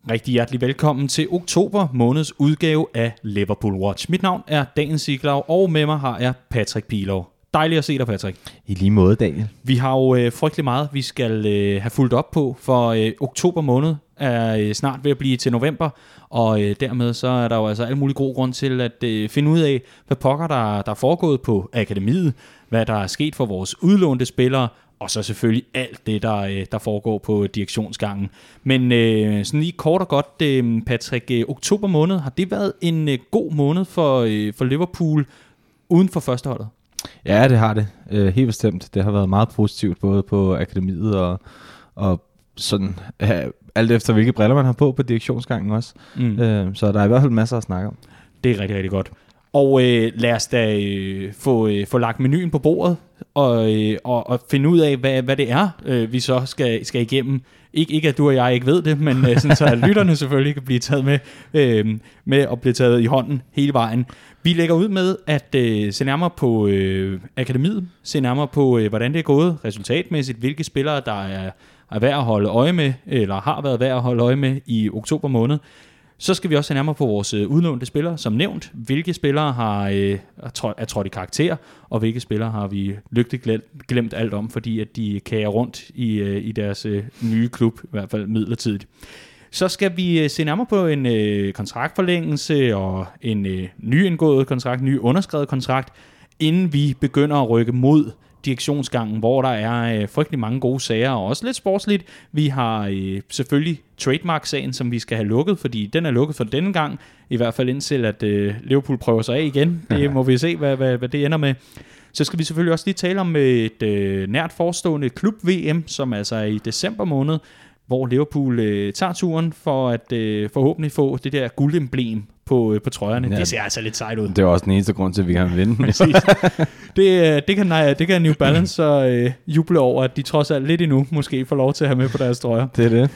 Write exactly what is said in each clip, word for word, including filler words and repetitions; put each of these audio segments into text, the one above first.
Rigtig hjertelig velkommen til oktober måneds udgave af Liverpool Watch. Mit navn er Daniel Siglau, og med mig har jeg Patrick Pilov. Dejligt at se dig, Patrick. I lige måde, Daniel. Vi har jo øh, frygtelig meget, vi skal øh, have fulgt op på, for øh, oktober måned er øh, snart ved at blive til november, og øh, dermed så er der jo altså alle mulige gode grund til at øh, finde ud af, hvad pokker der, der er foregået på akademiet, hvad der er sket for vores udlånte spillere, og så selvfølgelig alt det, der, der foregår på direktionsgangen. Men øh, sådan lige kort og godt, øh, Patrick, øh, oktober måned, har det været en øh, god måned for, øh, for Liverpool uden for førsteholdet? Ja, det har det. Øh, helt bestemt. Det har været meget positivt, både på akademiet og, og sådan, ja, alt efter hvilke briller man har på på direktionsgangen også. Mm. Øh, så der er i hvert fald masser at snakke om. Det er rigtig, rigtig godt. Og øh, lad os da øh, få, øh, få lagt menuen på bordet og, øh, og, og finde ud af, hvad, hvad det er, øh, vi så skal, skal igennem. Ik- ikke at du og jeg ikke ved det, men øh, sådan, så at lytterne selvfølgelig kan blive taget med, øh, med og blive taget i hånden hele vejen. Vi lægger ud med at øh, se nærmere på øh, akademiet, se nærmere på, øh, hvordan det er gået resultatmæssigt, hvilke spillere, der er, er værd at holde øje med, eller har været værd at holde øje med i oktober måned. Så skal vi også se nærmere på vores øh, udlånte spillere, som nævnt. Hvilke spillere har øh, er trådt i karakter, og hvilke spillere har vi lykkeligt glemt, glemt alt om, fordi at de kager rundt i, øh, i deres øh, nye klub, i hvert fald midlertidigt. Så skal vi øh, se nærmere på en øh, kontraktforlængelse og en øh, nyindgået kontrakt, ny underskrevet kontrakt, inden vi begynder at rykke mod direktionsgangen, hvor der er øh, frygtelig mange gode sager, og også lidt sportsligt. Vi har øh, selvfølgelig trademark-sagen, som vi skal have lukket, fordi den er lukket for denne gang, i hvert fald indtil at øh, Liverpool prøver sig af igen. Det må vi se, hvad, hvad, hvad det ender med. Så skal vi selvfølgelig også lige tale om et øh, nært forestående klub-V M, som altså er i december måned, hvor Liverpool øh, tager turen for at øh, forhåbentlig få det der guldemblem på, øh, på trøjerne. Ja, det ser altså lidt sejt ud. Det er også den eneste grund til, at vi kan vinde. det, det, kan, nej, det kan New Balance så øh, juble over, at de trods alt lidt endnu måske får lov til at have med på deres trøjer. Det er det.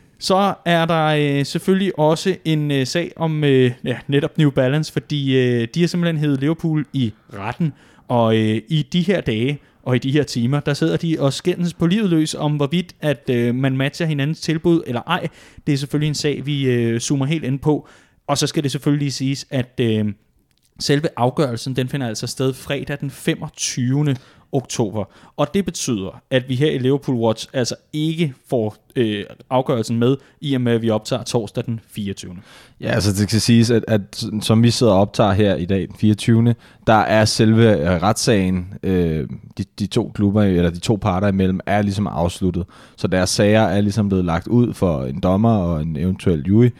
Så er der øh, selvfølgelig også en øh, sag om øh, ja, netop New Balance, fordi øh, de har simpelthen hævet Liverpool i retten, og øh, i de her dage og i de her timer, der sidder de og skændes på livet løs om, hvorvidt at øh, man matcher hinandens tilbud eller ej. Det er selvfølgelig en sag, vi øh, zoomer helt ind på. Og så skal det selvfølgelig lige siges, at øh, selve afgørelsen, den finder altså sted fredag den femogtyvende oktober. Og det betyder, at vi her i Liverpool Watch altså ikke får øh, afgørelsen med, i og med at vi optager torsdag den fireogtyvende. Ja, altså det skal siges, at, at som vi sidder og optager her i dag den fireogtyvende, der er selve øh, retssagen, øh, de, de to klubber, eller de to parter imellem, er ligesom afsluttet. Så deres sager er ligesom blevet lagt ud for en dommer og en eventuel jury,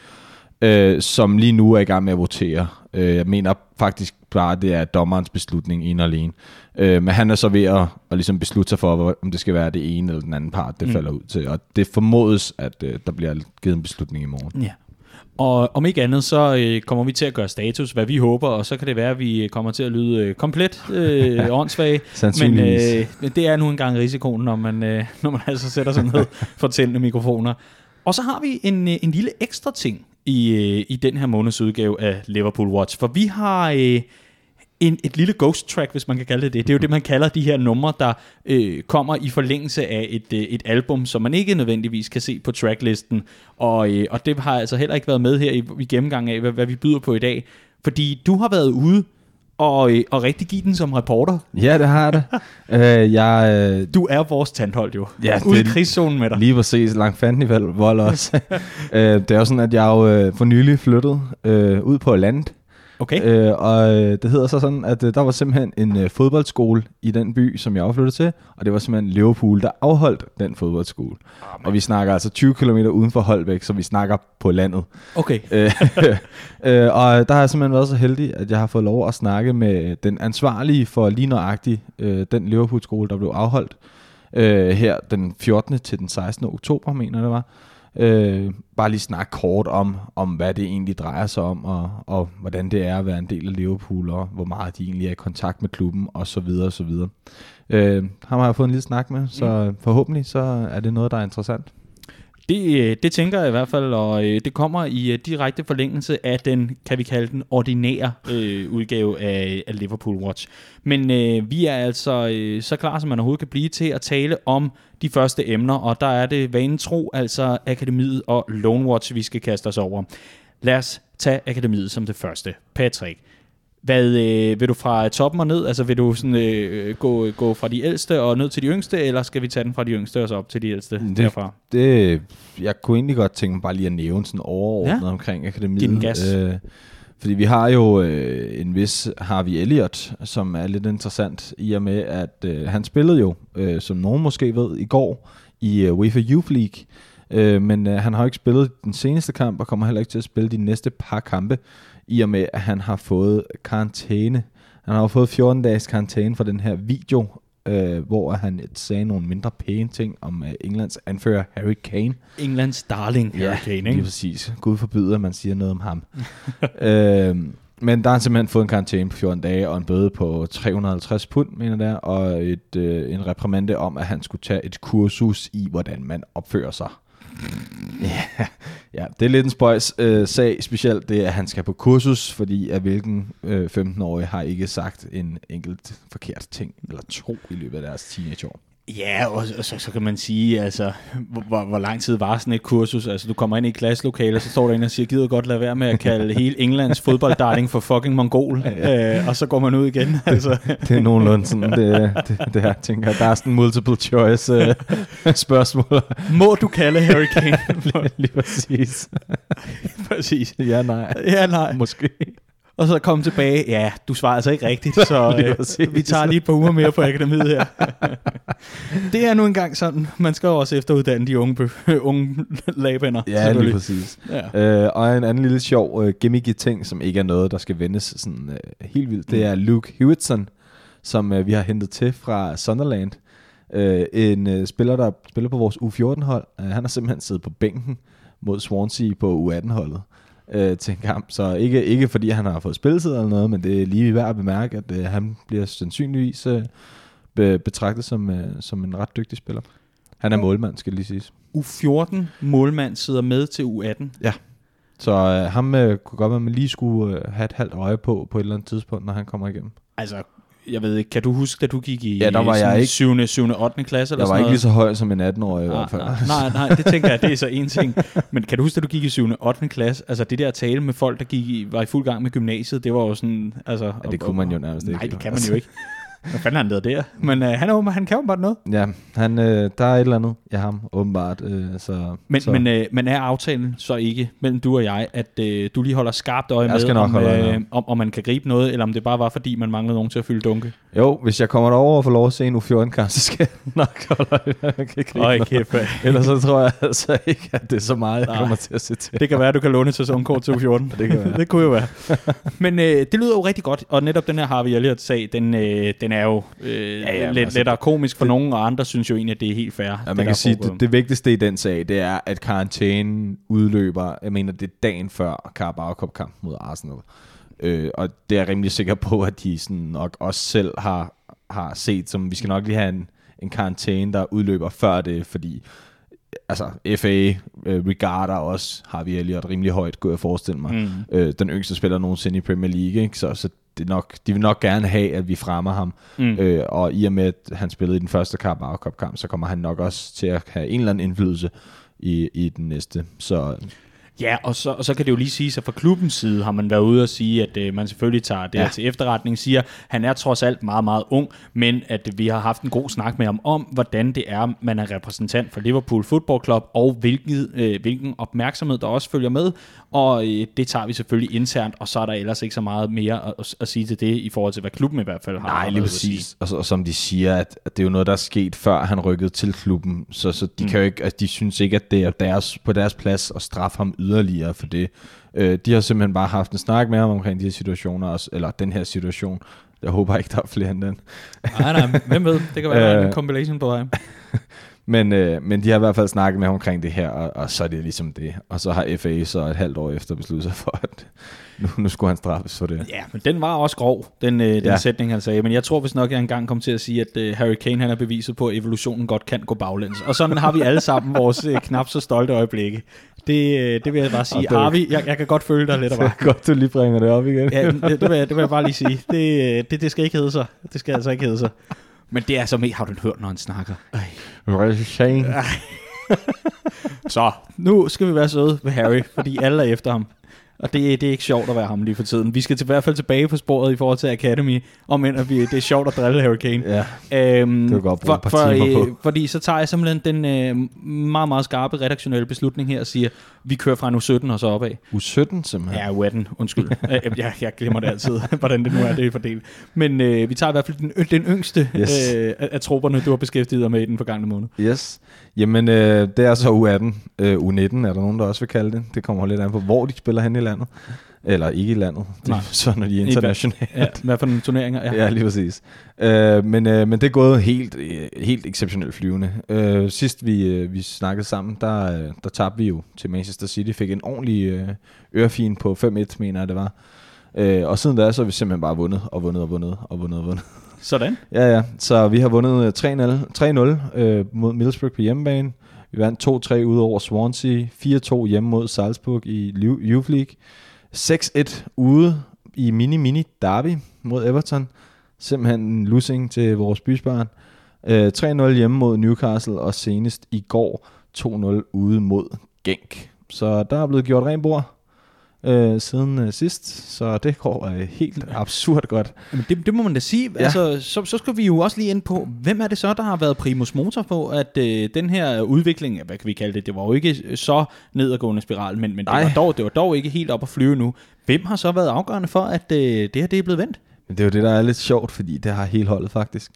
øh, som lige nu er i gang med at votere. Øh, jeg mener faktisk bare, det er dommerens beslutning en og alene. Øh, men han er så ved at, at ligesom beslutte sig for, om det skal være det ene eller den anden part, det mm. falder ud til. Og det formodes, at øh, der bliver givet en beslutning i morgen. Ja. Og om ikke andet, så øh, kommer vi til at gøre status, hvad vi håber, og så kan det være, at vi kommer til at lyde øh, komplet øh, åndssvage. Men øh, det er nu engang risikoen, når man, øh, når man altså sætter sig ned for tændende mikrofoner. Og så har vi en, en lille ekstra ting i, i den her måneds udgave af Liverpool Watch, for vi har øh, en, et lille ghost track, hvis man kan kalde det det. Det er jo det, man kalder de her numre, der øh, kommer i forlængelse af et, øh, et album, som man ikke nødvendigvis kan se på tracklisten. Og, øh, og det har altså heller ikke været med her i, i gennemgang af, hvad, hvad vi byder på i dag. Fordi du har været ude og, øh, og rigtig give den som reporter. Ja, det har jeg det. øh, jeg, øh... Du er vores tandhold jo. Ja, ude i krigszonen med dig. Lige præcis, langt fanden i vold også. øh, det er jo sådan, at jeg jo øh, for nylig flyttet øh, ud på landet. Okay. Øh, og øh, det hedder så sådan, at øh, der var simpelthen en øh, fodboldskole i den by, som jeg flyttede til, og det var simpelthen Liverpool, der afholdt den fodboldskole. Oh, og vi snakker altså tyve kilometer uden for Holbæk, så vi snakker på landet. Okay. øh, øh, og der har jeg simpelthen været så heldig, at jeg har fået lov at snakke med den ansvarlige for lige nøjagtigt øh, den Liverpool-skole, der blev afholdt øh, her den fjortende til den sekstende oktober, mener det var. Øh, bare lige snakke kort om, om hvad det egentlig drejer sig om, og, og hvordan det er at være en del af Liverpool, og hvor meget de egentlig er i kontakt med klubben, og så videre, og så videre. Øh, ham har jeg fået en lille snak med, så forhåbentlig så er det noget, der er interessant. Det, det tænker jeg i hvert fald, og øh, det kommer i øh, direkte forlængelse af den, kan vi kalde den, ordinære øh, udgave af, af Liverpool Watch. Men øh, vi er altså øh, så klar, som man overhovedet kan blive til at tale om de første emner, og der er det vanen tro, altså Akademiet og Lone Watch, vi skal kaste os over. Lad os tage Akademiet som det første. Patrick, hvad øh, vil du fra toppen og ned? Altså vil du sådan, øh, gå, gå fra de ældste og ned til de yngste, eller skal vi tage den fra de yngste og så op til de ældste det, derfra? Det, jeg kunne egentlig godt tænke mig bare lige at nævne sådan overordnet ja. omkring Akademiet. Giv den gas. Øh, fordi vi har jo øh, en vis Harvey Elliott, som er lidt interessant i og med, at øh, han spillede jo, øh, som nogen måske ved, i går i øh, UEFA Youth League. Øh, men øh, han har jo ikke spillet den seneste kamp, og kommer heller ikke til at spille de næste par kampe, i og med, at han har fået karantæne. Han har jo fået fjorten dages karantæne for den her video, øh, hvor han sagde nogle mindre pæne ting om øh, Englands anfører Harry Kane. Englands darling Harry ja, Kane, ikke? lige præcis. Gud forbyder, at man siger noget om ham. øh, men der har han simpelthen fået en karantæne på fjorten dage, og en bøde på tre hundrede og halvtreds pund, mener der, og et, øh, en reprimande om, at han skulle tage et kursus i, hvordan man opfører sig. Ja, ja, det er lidt en spøjs øh, sag, specielt det, at han skal på kursus, fordi at hvilken øh, femten-årig har ikke sagt en enkelt forkert ting, eller to i løbet af deres teenageår. Ja, og, og så, så kan man sige, altså, hvor, hvor lang tid var sådan et kursus? Altså, du kommer ind i et klasselokale, og så står der en og siger, gider godt lade være med at kalde hele Englands fodbolddarling for fucking mongol, ja. øh, og så går man ud igen. Altså. Det er nogenlunde sådan, det, det, det her, tænker der er sådan multiple choice øh, spørgsmål. Må du kalde Harry Kane? lige, lige præcis. Præcis. Ja, nej. Ja, nej. Måske. Og så kom tilbage, ja, du svarer altså ikke rigtigt, så øh, vi tager lige et par uger mere på Akademiet her. Det er nu engang sådan, man skal også efteruddanne de unge, unge labænder. Ja, lige præcis. Ja. Øh, og en anden lille sjov uh, gimmicky ting, som ikke er noget, der skal vendes sådan uh, helt vildt, det er Luke Hewitson, som uh, vi har hentet til fra Sunderland. Uh, en uh, spiller, der spiller på vores U fjorten-hold. Uh, han har simpelthen siddet på bænken mod Swansea på U atten-holdet. Øh, til en kamp, så ikke, ikke fordi han har fået spilletid eller noget, men det er lige værd at bemærke, at øh, han bliver sandsynligvis øh, be, betragtet som, øh, som en ret dygtig spiller. Han er målmand, skal det lige siges. U fjorten målmand sidder med til U atten? Ja, så øh, ham øh, kunne godt være, at man lige skulle øh, have et halvt øje på, på et eller andet tidspunkt, når han kommer igennem. Altså, jeg ved ikke, kan du huske, da du gik i ja, der var jeg ikke, syvende, syvende, ottende klasse? Eller jeg var sådan ikke noget? lige så høj som en atten-årig i nej, hvert fald. Nej, nej, det tænker jeg, det er så en ting. Men kan du huske, da du gik i syvende, ottende klasse? Altså det der at tale med folk, der gik i, var i fuld gang med gymnasiet, det var jo sådan... Altså, ja, det kunne man jo nærmest ikke. Nej, det kan man jo ikke. Hvad fanden har han lavet der? Men øh, han, er, han kan jo bare noget. Ja, han, øh, der er et eller andet i ham, åbenbart. Øh, så, men, så. Men, øh, men er aftalen så ikke mellem du og jeg, at øh, du lige holder skarpt øje jeg med, om, øh, om, om man kan gribe noget, eller om det bare var, fordi man manglede nogen til at fylde dunke? Jo, hvis jeg kommer derover og får lov at se en U fjorten-kamp, så skal jeg nok holde øje med, at man kan gribe noget. Kæft, ellers så tror jeg altså ikke, at det er så meget, jeg kommer til at se til. Det kan være, at du kan låne et sæsonkort til U fjorten. det kan være. Det kunne jo være. Men øh, det lyder jo rigtig godt, og netop den her Harvey Elliott-sag, den, øh, den er jo... Øh, Ja, ja, lidt altså, lettere komisk for det, nogen, og andre synes jo egentlig, at det er helt fair. Ja, det man kan sige, det, det vigtigste i den sag, det er, at karantænen udløber, jeg mener, det er dagen før Carabao Cup-kamp mod Arsenal. Øh, og det er jeg rimelig sikker på, at de sådan nok også selv har, har set, som vi skal nok lige have en, en karantæne, der udløber før det, fordi altså F A øh, regarder også Harvey Elliott rimelig højt, kunne jeg forestille mig. Mm. Øh, den yngste spiller nogensinde i Premier League, ikke? Så, så det er nok, de vil nok gerne have, at vi fremmer ham. Mm. Øh, og i og med, at han spillede i den første Carabao Cup-kamp, så kommer han nok også til at have en eller anden indflydelse i, i den næste. Så... Ja, og så, og så kan det jo lige sige, at fra klubbens side har man været ude og sige, at øh, man selvfølgelig tager det ja. til efterretning, siger, han er trods alt meget, meget ung, men at vi har haft en god snak med ham om, hvordan det er, man er repræsentant for Liverpool Football Club, og hvilket, øh, hvilken opmærksomhed, der også følger med, og øh, det tager vi selvfølgelig internt, og så er der ellers ikke så meget mere at, at, at sige til det, i forhold til, hvad klubben i hvert fald har. Nej, lige præcis. Og, og som de siger, at, at det er jo noget, der er sket, før han rykkede til klubben, så, så de, mm. kan jo ikke, at de synes ikke, at det er deres, på deres plads at straffe ham yderligere for det. Øh, de har simpelthen bare haft en snak med ham omkring de her situationer, også, eller den her situation. Jeg håber ikke, der er flere end den. Nej, nej, hvem ved? Det kan være en compilation på vej. men, øh, men de har i hvert fald snakket med ham omkring det her, og, og så er det ligesom det. Og så har F A så et halvt år efter besluttet sig for, at nu, nu skulle han straffes for det. Ja, men den var også grov, den, øh, den ja. sætning, han sagde. Men jeg tror vist nok, jeg engang kom til at sige, at øh, Harry Kane han er beviset på, at evolutionen godt kan gå baglæns. Og sådan har vi alle sammen vores øh, knap så stolte øjeblikke. Det, øh, det vil jeg bare sige. Okay. Arvi, jeg, jeg kan godt følge dig lidt. Det er godt, du lige bringer det op igen. Ja, det, det, vil jeg, det vil jeg bare lige sige. Det, det, det skal ikke hedde sig. Det skal altså ikke hedde sig. Men det er så med, har du hørt, når han snakker? Ej. Så, nu skal vi være søde ved Harry, fordi alle er efter ham. Og det, det er ikke sjovt at være ham lige for tiden. Vi skal til, i hvert fald tilbage på sporet i forhold til Academy, om end at vi, det er sjovt at drille Harry Kane. Ja, øhm, det vil godt bruge for, for, øh, fordi så tager jeg simpelthen den øh, meget, meget skarpe redaktionelle beslutning her og siger, vi kører fra nu sytten og så opad. U sytten simpelthen? Ja, U atten, undskyld. jeg, jeg glemmer det altid, hvordan det nu er, det er fordelt. Men øh, vi tager i hvert fald den, den yngste yes. øh, af, af trupperne, du har beskæftiget dig med i den forgangne måned. Yes. Jamen, øh, det er så U atten. Øh, U nitten er der nogen, der også vil kalde det. Det kommer lidt an på, hvor de spiller hen i landet. Eller ikke i landet. Det er så, når de er internationalt. Ja, hvad for nogle turneringer? Ja, ja lige præcis. Øh, men, øh, men det er gået helt, helt exceptionelt flyvende. Øh, sidst vi, øh, vi snakkede sammen, der, der tabte vi jo til Manchester City. Fik en ordentlig øh, ørefin på fem et, mener jeg det var. Øh, og siden da, så har vi simpelthen bare vundet og vundet og vundet og vundet og vundet. Sådan. Ja, ja. Så vi har vundet tre nul øh, mod Middlesbrough på hjemmebane. Vi vandt to tre ud over Swansea. fire to hjemme mod Salzburg i Youth League. seks et ude i mini-mini derby mod Everton. Simpelthen en losing til vores bysbarn. Øh, tre nul hjemme mod Newcastle, og senest i går to nul ude mod Genk. Så der er blevet gjort ren bord øh, siden øh, sidst, så det går øh, helt absurd godt. Men det, det må man da sige. Ja. Altså, så, så skal vi jo også lige ind på, hvem er det så, der har været primus motor på, at øh, den her udvikling, hvad kan vi kalde det, det var jo ikke så nedadgående spiral, men, men det, var dog, det var dog ikke helt op at flyve nu. Hvem har så været afgørende for, at øh, det her det er blevet vendt? Det er jo det, der er lidt sjovt, fordi det har hele holdet faktisk.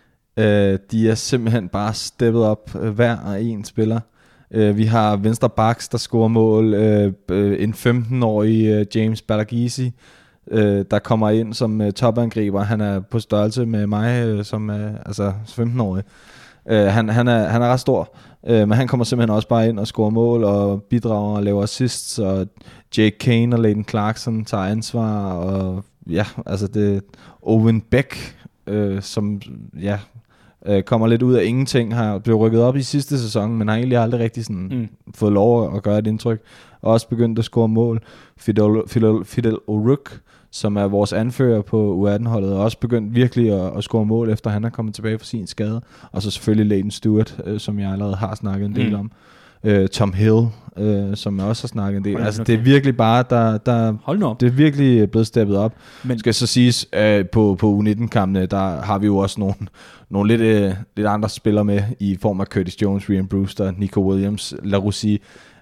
Øh, de er simpelthen bare steppet op øh, hver og en spiller. Uh, vi har venstre backs, der scorer mål. Uh, uh, en femten-årig uh, James Balagisi, uh, der kommer ind som uh, topangriber. Han er på størrelse med mig, uh, som uh, altså femten-årig. Uh, han, han, er, han er ret stor, uh, men han kommer simpelthen også bare ind og scorer mål og bidrager og laver assists. Og Jake Kane og Leighton Clarkson tager ansvar. Og ja, altså det Owen Beck, uh, som ja... kommer lidt ud af ingenting, har blevet rykket op i sidste sæson, men har egentlig aldrig rigtig sådan mm. fået lov at gøre et indtryk, og også begyndt at score mål. Fidel, Fidel, Fidel O'Rourke, som er vores anfører på U atten-holdet, har også begyndt virkelig at, at score mål, efter han er kommet tilbage fra sin skade. Og så selvfølgelig Leighton Stewart, øh, som jeg allerede har snakket en del mm. om. Øh, Tom Hill, øh, som jeg også har snakket en del. Altså det er virkelig bare, der, der Hold nu op. Det er virkelig blevet steppet op. Men skal så siges, øh, på, på U nitten-kampene, der har vi jo også nogle, nogle lidt, øh, lidt andre spillere med, i form af Curtis Jones, Ryan Brewster, Nico Williams, Larousse,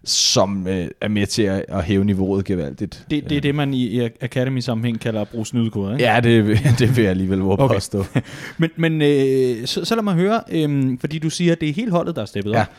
som øh, er med til at, at hæve niveauet gevaldigt. Det, det er det, man i, i Academy-sammenhæng kalder at bruge snydekoder, ikke? Ja, det, det vil jeg alligevel våge okay. påstå. men men øh, så, så lad mig høre, øh, fordi du siger, at det er helt holdet, der er steppet op. Ja.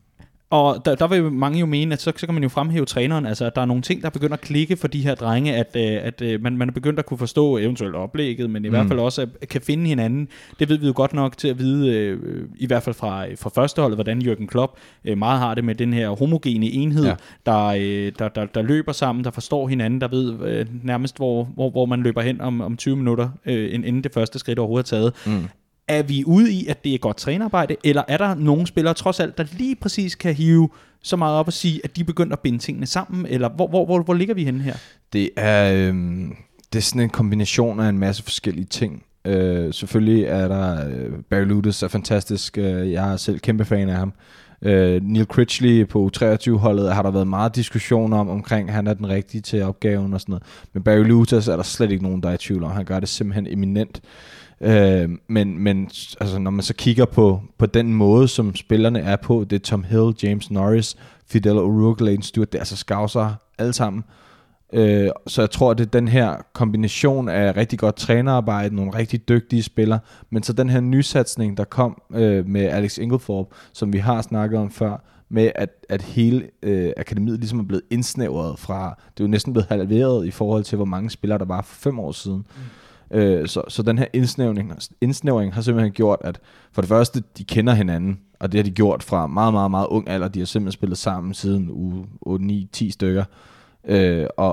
Og der, der vil mange jo mene, at så, så kan man jo fremhæve træneren, altså at der er nogle ting, der begynder at klikke for de her drenge, at, at, at man, man er begyndt at kunne forstå eventuelt oplægget, men i mm. hvert fald også at, kan finde hinanden. Det ved vi jo godt nok til at vide, øh, i hvert fald fra, fra førsteholdet, hvordan Jürgen Klopp øh, meget har det med den her homogene enhed, ja. der, øh, der, der, der løber sammen, der forstår hinanden, der ved øh, nærmest, hvor, hvor, hvor man løber hen om, om tyve minutter, øh, inden det første skridt overhovedet er taget. Mm. Er vi ude i, at det er godt trænerarbejde, eller er der nogle spillere trods alt, der lige præcis kan hive så meget op og sige, at de begynder at binde tingene sammen, eller hvor, hvor, hvor, hvor ligger vi henne her? Det er, øhm, det er sådan en kombination af en masse forskellige ting. Øh, selvfølgelig er der, øh, Barry Ludes er fantastisk, øh, jeg er selv kæmpe fan af ham. Øh, Neil Critchley på U treogtyve-holdet har der været meget diskussion om, omkring han er den rigtige til opgaven og sådan noget. Men Barry Ludes er der slet ikke nogen, der er i tvivl om. Han gør det simpelthen eminent. Øh, men men altså, når man så kigger på, på den måde, som spillerne er på, det er Tom Hill, James Norris, Fidel O'Rourke, Leighton Stewart, det er altså skavser alle sammen. Øh, så jeg tror, det er den her kombination af rigtig godt trænerarbejde, nogle rigtig dygtige spillere, men så den her nysatsning, der kom øh, med Alex Inglethorpe, som vi har snakket om før, med at, at hele øh, akademiet ligesom er blevet indsnævret fra, det er jo næsten blevet halveret i forhold til, hvor mange spillere der var for fem år siden. Mm. Så, så den her indsnævring, indsnævring har simpelthen gjort, at for det første, de kender hinanden, og det har de gjort fra meget, meget, meget ung alder. De har simpelthen spillet sammen siden uge otte, ni, ti stykker. Øh, og,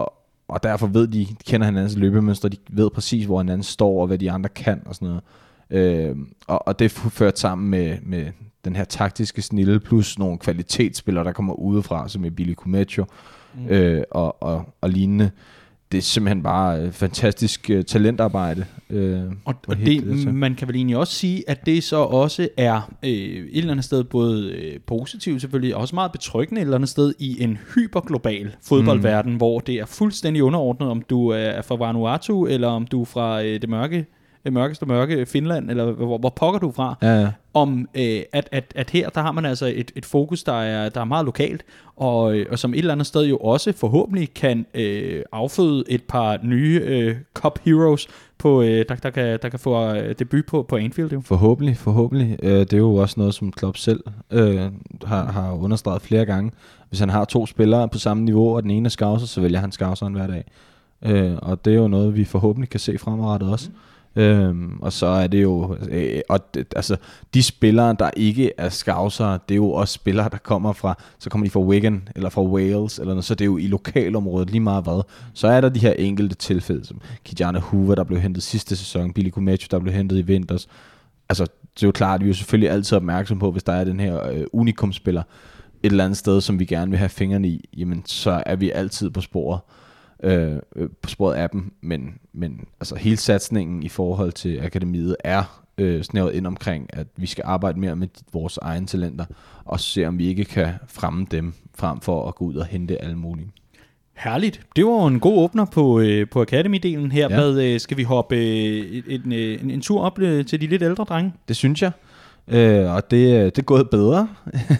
og derfor ved de, de kender hinandens løbemønstre, de ved præcis, hvor hinanden står, og hvad de andre kan, og sådan noget. Øh, og, og det er ført sammen med, med den her taktiske snille, plus nogle kvalitetsspillere, der kommer udefra, som er Billy Cometto, mm. øh, og, og, og lignende. Det er simpelthen bare fantastisk uh, talentarbejde. Øh, og og det, det man kan vel egentlig også sige, at det så også er øh, et eller andet sted både øh, positivt selvfølgelig, også meget betryggende et eller andet sted i en hyperglobal fodboldverden, mm. hvor det er fuldstændig underordnet, om du er fra Vanuatu, eller om du er fra øh, det mørke, det mørkeste mørke Finland, eller hvor, hvor pokker du fra. Ja, ja. Om øh, at, at, at her, der har man altså et, et fokus, der er, der er meget lokalt, og, og som et eller andet sted jo også forhåbentlig kan øh, afføde et par nye øh, Cup Heroes, på, øh, der, der, kan, der kan få øh, debut på, på Anfield. Jo. Forhåbentlig, forhåbentlig. Øh, det er jo også noget, som Klopp selv øh, har, har understreget flere gange. Hvis han har to spillere på samme niveau, og den ene er scouser, så vælger han scouseren hver dag. Øh, og det er jo noget, vi forhåbentlig kan se fremadrettet også. Mm. Øhm, og så er det jo øh, og det, altså de spillere der ikke er scouser, det er jo også spillere der kommer fra, så kommer de fra Wigan eller fra Wales eller noget, så det er jo i lokalområdet lige meget hvad. Så er der de her enkelte tilfælde som Kijana Hoover, der blev hentet sidste sæson, Billy Cometto, der blev hentet i vinters. Altså det er jo klart, at vi er jo selvfølgelig altid opmærksom på, hvis der er den her øh, unikumspiller et eller andet sted, som vi gerne vil have fingrene i, jamen så er vi altid på sporet. Øh, på sporet af dem, men, men altså hele satsningen i forhold til akademiet er øh, snævret ind omkring, at vi skal arbejde mere med vores egne talenter, og se om vi ikke kan fremme dem, frem for at gå ud og hente alle mulige. Herligt. Det var jo en god åbner på, øh, på Academy-delen her. Ja. Hvad, øh, skal vi hoppe øh, en, en, en tur op øh, til de lidt ældre drenge? Det synes jeg, øh, og det, det er gået bedre.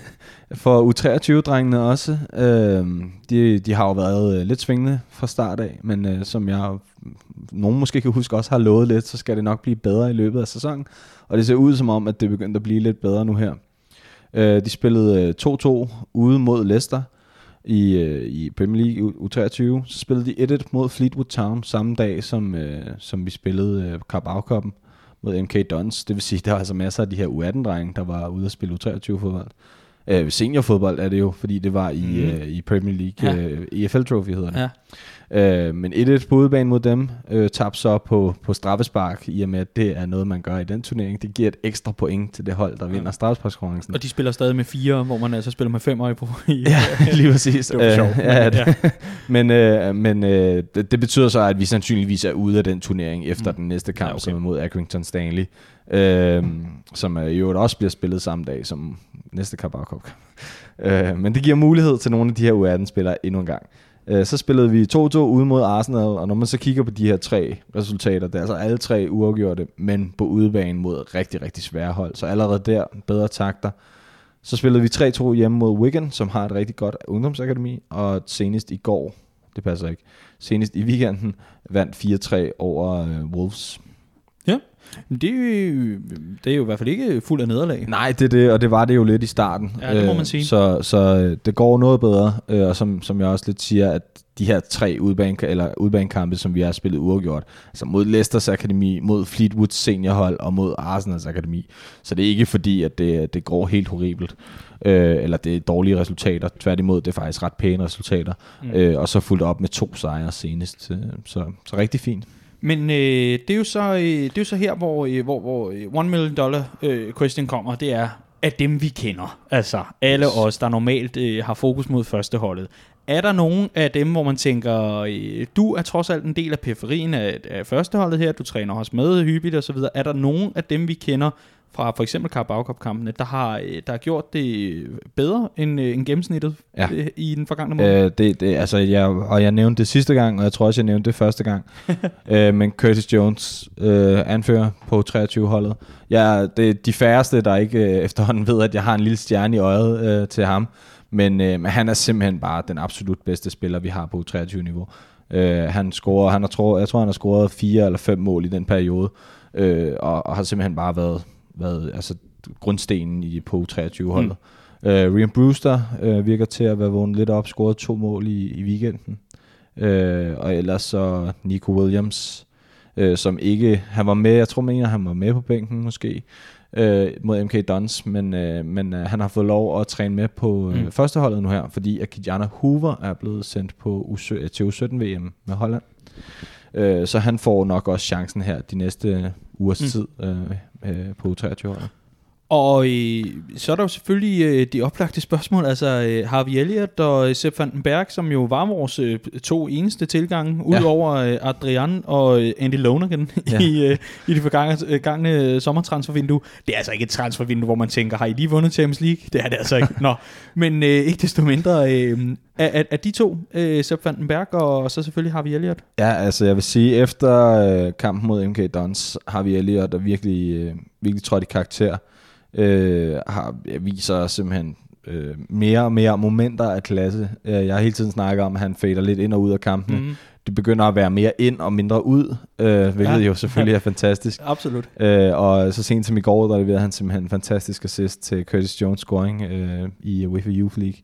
For U treogtyve-drengene også. Øh, de, de har jo været øh, lidt svingende fra start af, men øh, som jeg, nogen måske kan huske også har lovet lidt, så skal det nok blive bedre i løbet af sæsonen. Og det ser ud som om, at det begynder at blive lidt bedre nu her. Øh, de spillede øh, to to ude mod Leicester i, øh, i Premier League U treogtyve. Så spillede de et et mod Fleetwood Town samme dag, som, øh, som vi spillede øh, Carabao-cupen mod M K Dons. Det vil sige, der var altså masser af de her U atten-drenge, der var ude at spille U treogtyve-fodbold. Øh, seniorfodbold er det jo, fordi det var i, mm. øh, i Premier League, ja. øh, E F L Trophy hedder det. Ja. Øh, men et et på udebane mod dem, øh, tabte så på, på straffespark, i og med at det er noget, man gør i den turnering. Det giver et ekstra point til det hold, der ja. vinder straffesparkskonkurrencen. Og de spiller stadig med fire, hvor man altså spiller med fem øje på. Ja, lige præcis. Det var sjovt. Øh, ja, det. Ja. men øh, men øh, det, det betyder så, at vi sandsynligvis er ude af den turnering efter mm. den næste kamp, ja, okay. som er mod Accrington Stanley. Øh, som i øvrigt også bliver spillet samme dag som næste Carabao Cup. øh, men det giver mulighed til nogle af de her U atten-spillere endnu en gang. Øh, så spillede vi to to ude mod Arsenal, og når man så kigger på de her tre resultater, det er altså alle tre uafgjorte, men på udebane mod rigtig, rigtig svære hold. Så allerede der bedre takter. Så spillede vi tre to hjemme mod Wigan, som har et rigtig godt ungdomsakademi, og senest i går, det passer ikke, senest i weekenden vandt fire tre over øh, Wolves. Ja. Det er, jo, det er jo i hvert fald ikke fuld af nederlag. Nej, det er det, og det var det jo lidt i starten. Ja, det må man sige. Så, så det går noget bedre, og som, som jeg også lidt siger, at de her tre udbane, eller udbanekampe, som vi har spillet uafgjort, altså mod Leicesters akademi, mod Fleetwoods seniorhold og mod Arsenals akademi. Så det er ikke fordi, at det, det går helt horribelt, øh, eller det er dårlige resultater. Tværtimod, det er faktisk ret pæne resultater. Mm. Øh, og så fulgt op med to sejre senest. Så, så rigtig fint. Men øh, det, er jo så, øh, det er jo så her, hvor, øh, hvor, hvor one million dollar øh, question kommer, det er, at dem vi kender, altså alle os, der normalt øh, har fokus mod førsteholdet, er der nogen af dem, hvor man tænker, øh, du er trods alt en del af periferien af, af førsteholdet her, du træner også med hyppigt og så videre, er der nogen af dem vi kender fra for eksempel Carabao Cup-kampene, der har, der har gjort det bedre end, end gennemsnittet ja. i den forgangne måned? Øh, det, det, altså jeg, og jeg nævnte det sidste gang, og jeg tror også, jeg nævnte det første gang. øh, men Curtis Jones, øh, anfører på treogtyve-holdet. Ja, det er de færreste, der ikke øh, efterhånden ved, at jeg har en lille stjerne i øjet øh, til ham. Men øh, han er simpelthen bare den absolut bedste spiller, vi har på treogtyve-niveau. Øh, han scorer, han har, tror, jeg tror, han har scoret fire eller fem mål i den periode, øh, og, og har simpelthen bare været været altså grundstenen i på treogtyve-holdet. Mm. Uh, Ryan Brewster uh, virker til at være vågnet lidt op, scoret to mål i, i weekenden. Uh, og ellers så Nico Williams, uh, som ikke, han var med, jeg tror mener, han var med på bænken måske, øh, mod M K Dons, men, øh, men øh, han har fået lov at træne med på øh, mm. førsteholdet nu her, fordi at Ki-Jana Hoever er blevet sendt på U sytten, til U sytten V M med Holland. Øh, så han får nok også chancen her de næste ugers mm. tid øh, øh, på U treogtyve-holdet. Og øh, så er der jo selvfølgelig øh, de oplagte spørgsmål, altså øh, Harvey Elliott og Sepp van den Berg, som jo var vores øh, to eneste tilgange, ja. Udover øh, Adrian og øh, Andy Lonergan ja. i, øh, i det forgangne gangne sommertransfervindue. Det er altså ikke et transfervindue, hvor man tænker, har I lige vundet Champions League? Det er det altså ikke. Nå. Men øh, ikke desto mindre, øh, er, er de to, øh, Sepp van den Berg og så selvfølgelig Harvey Elliott? Ja, altså jeg vil sige, efter øh, kampen mod M K Dons, Harvey Elliott er virkelig, øh, virkelig trådt i karakter. Øh, har, viser simpelthen øh, mere og mere momenter af klasse. Jeg har hele tiden snakket om, at han fader lidt ind og ud af kampene. Mm. Det begynder at være mere ind og mindre ud, øh, hvilket ja. jo selvfølgelig er fantastisk. Absolut. Øh, og så sent som i går, der leverede han simpelthen en fantastisk assist til Curtis Jones scoring øh, i UEFA Youth League.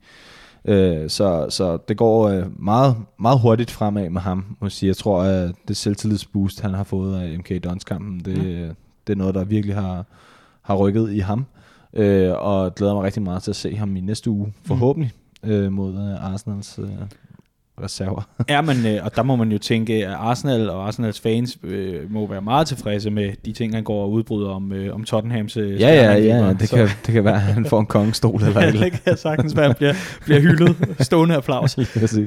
Øh, så, så det går øh, meget, meget hurtigt fremad med ham, må jeg sige. Jeg tror, at det selvtillidsboost, han har fået af M K Dons-kampen, det, mm. det er noget, der virkelig har... har rykket i ham, øh, og glæder mig rigtig meget til at se ham i næste uge, forhåbentlig, øh, mod øh, Arsenals øh, reserver. Ja, men, øh, og der må man jo tænke, at Arsenal og Arsenals fans øh, må være meget tilfredse med de ting, han går og udbryder om, øh, om Tottenhams øh, ja, ja, ja, ja, det kan, det kan være, at han får en kongestol eller ja, det kan sagtens være, at han bliver, bliver hyldet, stående applaus.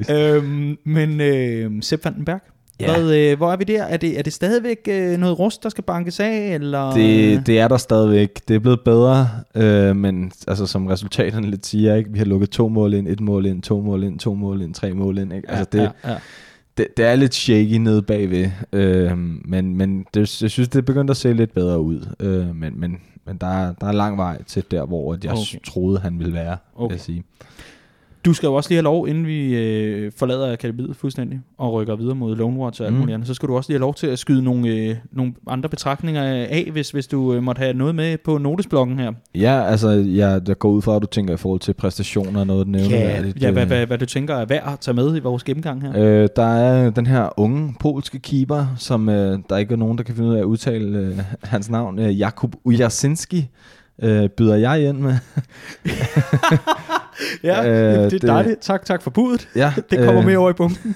øhm, men øh, Sepp van den Berg, ja. Hvad, øh, hvor er vi der? Er det, er det stadigvæk øh, noget rust, der skal bankes af? Eller? Det, det er der stadigvæk. Det er blevet bedre, øh, men altså, som resultaterne lidt siger, ikke? Vi har lukket to mål ind, et mål ind, to mål ind, to mål ind, tre mål ind. Ikke? Altså, det, ja, ja. Det, det er lidt shaky nede bagved, øh, men, men det, jeg synes, det er begyndt at se lidt bedre ud. Øh, men men, men der, er, der er lang vej til der, hvor jeg okay. troede, han ville være, okay. vil jeg sige. Du skal jo også lige have lov, inden vi øh, forlader akademiet fuldstændig og rykker videre mod Lone Watch og alt muligt andet, så skal du også lige have lov til at skyde nogle, øh, nogle andre betragtninger af, hvis, hvis du øh, måtte have noget med på notesblokken her. Ja, altså jeg, jeg går ud fra, at du tænker i forhold til præstationer og noget nævne. Ja, ja hvad, hvad, hvad du tænker er værd at tage med i vores gennemgang her? Øh, der er den her unge polske keeper, som øh, der ikke er nogen, der kan finde ud af at udtale øh, hans navn. Øh, Jakub Ujasinski øh, byder jeg ind med. Ja, øh, det er dejligt. Tak, tak for budet. Ja, det kommer øh, med over i bunken.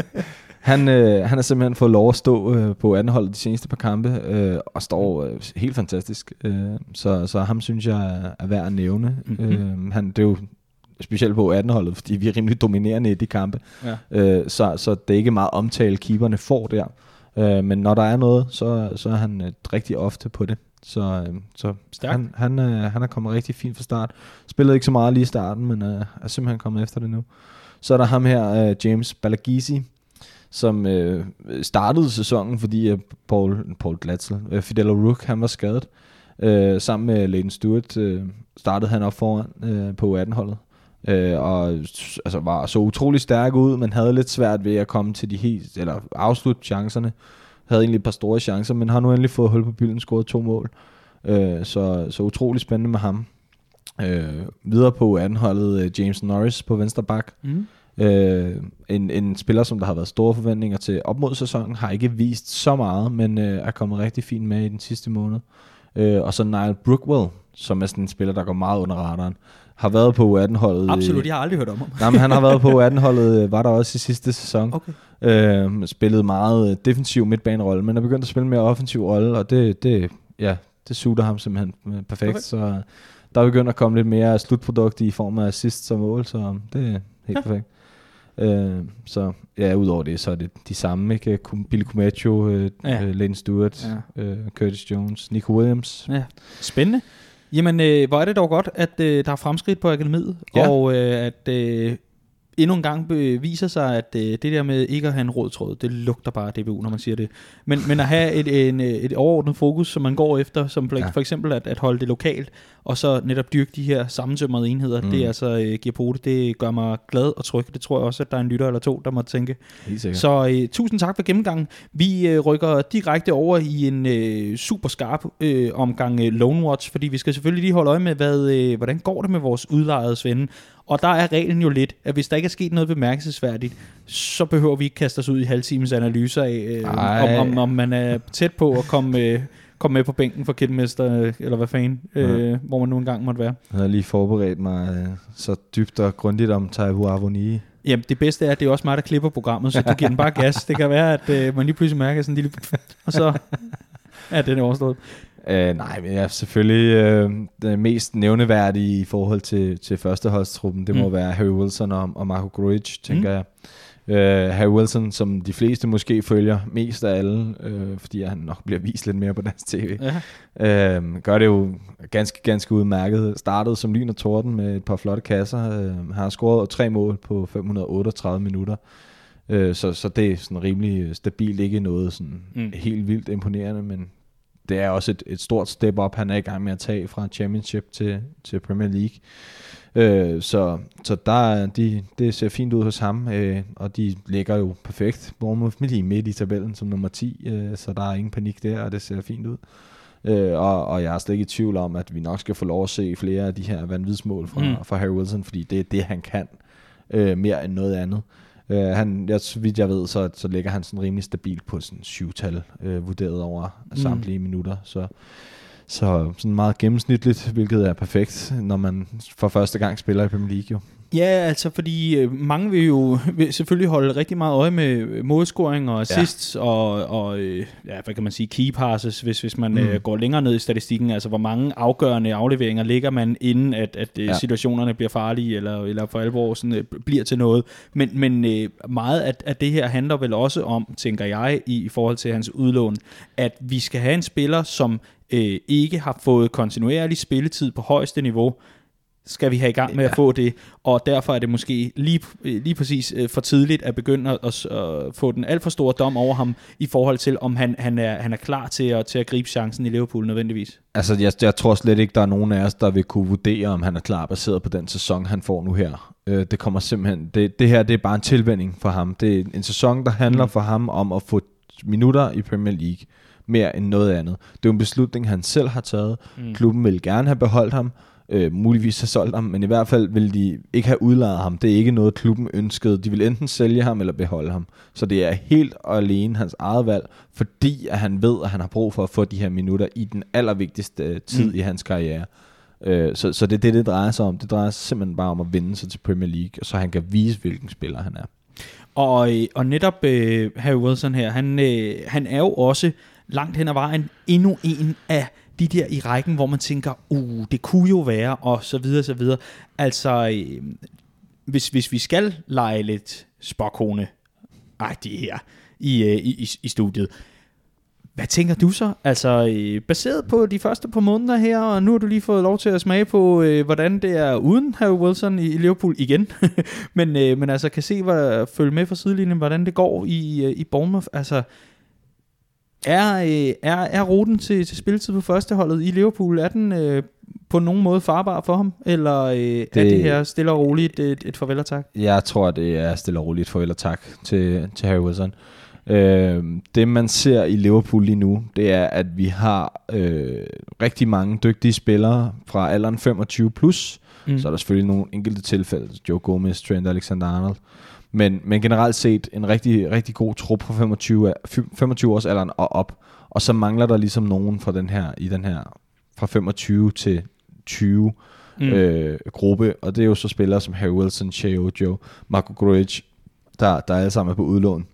han, øh, han har simpelthen fået lov at stå øh, på andenholdet de seneste par kampe, øh, og står øh, helt fantastisk. Øh, så, så ham synes jeg er, er værd at nævne. Mm-hmm. Øh, han, det er jo specielt på andenholdet, fordi vi er rimelig dominerende i de kampe. Ja. Øh, så, så det er ikke meget omtale, keeperne får der. Øh, men når der er noget, så, så er han øh, rigtig ofte på det. Så, så han, han, øh, han er kommet rigtig fint fra start. Spillede ikke så meget lige i starten, men øh, er simpelthen kommet efter det nu. Så er der ham her, øh, James Balagisi, som øh, startede sæsonen, fordi øh, Paul, Paul Glatzel, øh, Fidel O'Rourke, han var skadet. Øh, sammen med Leighton Stewart øh, startede han op foran øh, på U atten-holdet. Øh, og altså, var så utrolig stærk ud, men havde lidt svært ved at komme til de helt, eller afslutte chancerne. Havde egentlig et par store chancer, men har nu endelig fået hul på bylden, scoret to mål. Øh, så, så utrolig spændende med ham. Øh, videre på U atten-holdet øh, James Norris på venstre bak. Mm. Øh, en, en spiller, som der har været store forventninger til op mod sæsonen, har ikke vist så meget, men øh, er kommet rigtig fint med i den sidste måned. Øh, og så Niall Brookwell, som er sådan en spiller, der går meget under radaren. Har været på U atten-holdet. Absolut, jeg har aldrig hørt om ham. Nej, men han har været på U atten-holdet, var der også i sidste sæson. Okay. Øh, spillet meget defensiv midtbanerolle, men er begyndt at spille mere offensiv rolle, og det, det, ja, det suiter ham simpelthen perfekt. Okay. Så der er begyndt at komme lidt mere slutprodukt i form af assist og mål, så det er helt ja. perfekt. Øh, så ja, udover det, så er det de samme, ikke? Billy Cometto, øh, ja. øh, Leighton Stewart, ja. øh, Curtis Jones, Nico Williams. Ja. Spændende. Jamen, øh, hvor er det dog godt, at øh, der er fremskridt på akademiet, ja. og øh, at øh, endnu en gang viser sig, at øh, det der med ikke at have en rød tråd, det lugter bare D B U, når man siger det. Men, men at have et, en, et overordnet fokus, som man går efter, som for, ja. for eksempel at, at holde det lokalt, og så netop dyrke de her sammentømrede enheder, mm. det er altså øh, giver på det, det gør mig glad og tryg. Det tror jeg også, at der er en lytter eller to, der må tænke. Så øh, tusind tak for gennemgangen. Vi øh, rykker direkte over i en øh, super skarp øh, omgang øh, Lone Watch, fordi vi skal selvfølgelig lige holde øje med, hvad, øh, hvordan går det med vores udlejede Svende. Og der er reglen jo lidt, at hvis der ikke er sket noget bemærkelsesværdigt, så behøver vi ikke kaste os ud i halvtimens analyser af, øh, om, om, om man er tæt på at komme, øh, komme med på bænken for Kidmester, eller hvad fanden, ja. øh, hvor man nu engang måtte være. Jeg har lige forberedt mig øh, så dybt og grundigt om Taiwo Avoni. Jamen, det bedste er, at det er også mig, der klipper programmet, så du giver den bare gas. Det kan være, at øh, man lige pludselig mærker sådan en lille... Og så er den overstået. Uh, nej, men ja, selvfølgelig uh, det mest nævneværdige i forhold til, til førsteholdstruppen, det mm. må være Harry Wilson og, og Marko Grujic, tænker mm. jeg. Uh, Harry Wilson, som de fleste måske følger mest af alle, uh, fordi han nok bliver vist lidt mere på dansk tv, ja. uh, gør det jo ganske, ganske udmærket. Startede som lyn og torden med et par flotte kasser. Uh, har scoret tre mål på fem hundrede otteogtredive minutter. Uh, så, så det er sådan rimelig stabilt, ikke noget sådan mm. helt vildt imponerende, men det er også et, et stort step up, han er i gang med at tage fra Championship til, til Premier League. Øh, så så der, de, det ser fint ud hos ham, øh, og de ligger jo perfekt. Bournemouth lige midt i tabellen som nummer ti, øh, så der er ingen panik der, og det ser fint ud. Øh, og, og jeg er slet ikke i tvivl om, at vi nok skal få lov at se flere af de her vanvidsmål fra, mm. fra Harry Wilson, fordi det er det, han kan, øh, mere end noget andet. Uh, han, jeg, så vidt jeg ved, så, så ligger han sådan rimelig stabilt på sådan syvtal, uh, vurderet over mm. samtlige minutter. Så, så sådan meget gennemsnitligt, hvilket er perfekt, når man for første gang spiller i Premier League jo. Ja, altså fordi øh, mange vil jo vil selvfølgelig holde rigtig meget øje med målscoring og assists ja. og, og øh, ja, hvad kan man sige, key passes, hvis, hvis man mm. øh, går længere ned i statistikken. Altså hvor mange afgørende afleveringer ligger man, inden at, at øh, ja. situationerne bliver farlige, eller, eller for alvor sådan, øh, bliver til noget. Men, men øh, meget af, af det her handler vel også om, tænker jeg, i, i forhold til hans udlån, at vi skal have en spiller, som øh, ikke har fået kontinuerlig spilletid på højeste niveau, skal vi have i gang med ja. at få det, og derfor er det måske lige, lige præcis for tidligt at begynde at, at, at få den alt for store dom over ham, i forhold til, om han, han, er, han er klar til at, til at gribe chancen i Liverpool nødvendigvis. Altså, jeg, jeg tror slet ikke, der er nogen af os, der vil kunne vurdere, om han er klar baseret på den sæson, han får nu her. Øh, det kommer simpelthen, det, det her det er bare en tilvænning for ham. Det er en sæson, der handler mm. for ham om at få minutter i Premier League, mere end noget andet. Det er en beslutning, han selv har taget. Mm. Klubben vil gerne have beholdt ham, Øh, muligvis have solgt ham, men i hvert fald vil de ikke have udlejet ham. Det er ikke noget, klubben ønskede. De vil enten sælge ham eller beholde ham. Så det er helt og alene hans eget valg, fordi at han ved, at han har brug for at få de her minutter i den allervigtigste tid mm. i hans karriere. Øh, så, så det er det, det drejer sig om. Det drejer sig simpelthen bare om at vinde sig til Premier League, så han kan vise, hvilken spiller han er. Og, og netop øh, Harry Wilson her, han, øh, han er jo også langt hen ad vejen endnu en af de der i rækken, hvor man tænker, uh, det kunne jo være, og så videre, så videre. Altså, øh, hvis, hvis vi skal lege lidt spåkone-agtige her i, øh, i, i studiet, hvad tænker du så? Altså, øh, baseret på de første par måneder her, og nu har du lige fået lov til at smage på, øh, hvordan det er uden Harry Wilson i, i Liverpool igen. men, øh, men altså, kan se, hvad, følge med fra sidelinjen, hvordan det går i, øh, i Bournemouth. Altså, Er, er, er ruten til, til spilletid på førsteholdet i Liverpool, er den øh, på nogen måde farbar for ham? Eller øh, det, er det her stille og roligt et, et farvel og tak? Jeg tror, det er stille og roligt farvel og tak til, til Harry Wilson. Øh, det man ser i Liverpool lige nu, det er, at vi har øh, rigtig mange dygtige spillere fra alderen femogtyve plus. Mm. Så er der selvfølgelig nogle enkelte tilfælde, Joe Gomez, Trent Alexander-Arnold. Men, men generelt set en rigtig, rigtig god trup fra femogtyve, femogtyve års alderen og op. Og så mangler der ligesom nogen fra den her, i den her fra femogtyve til tyve mm. øh, gruppe. Og det er jo så spillere som Harry Wilson, Shea Ojo, Marko Grujic, der, der alle sammen er på udlån.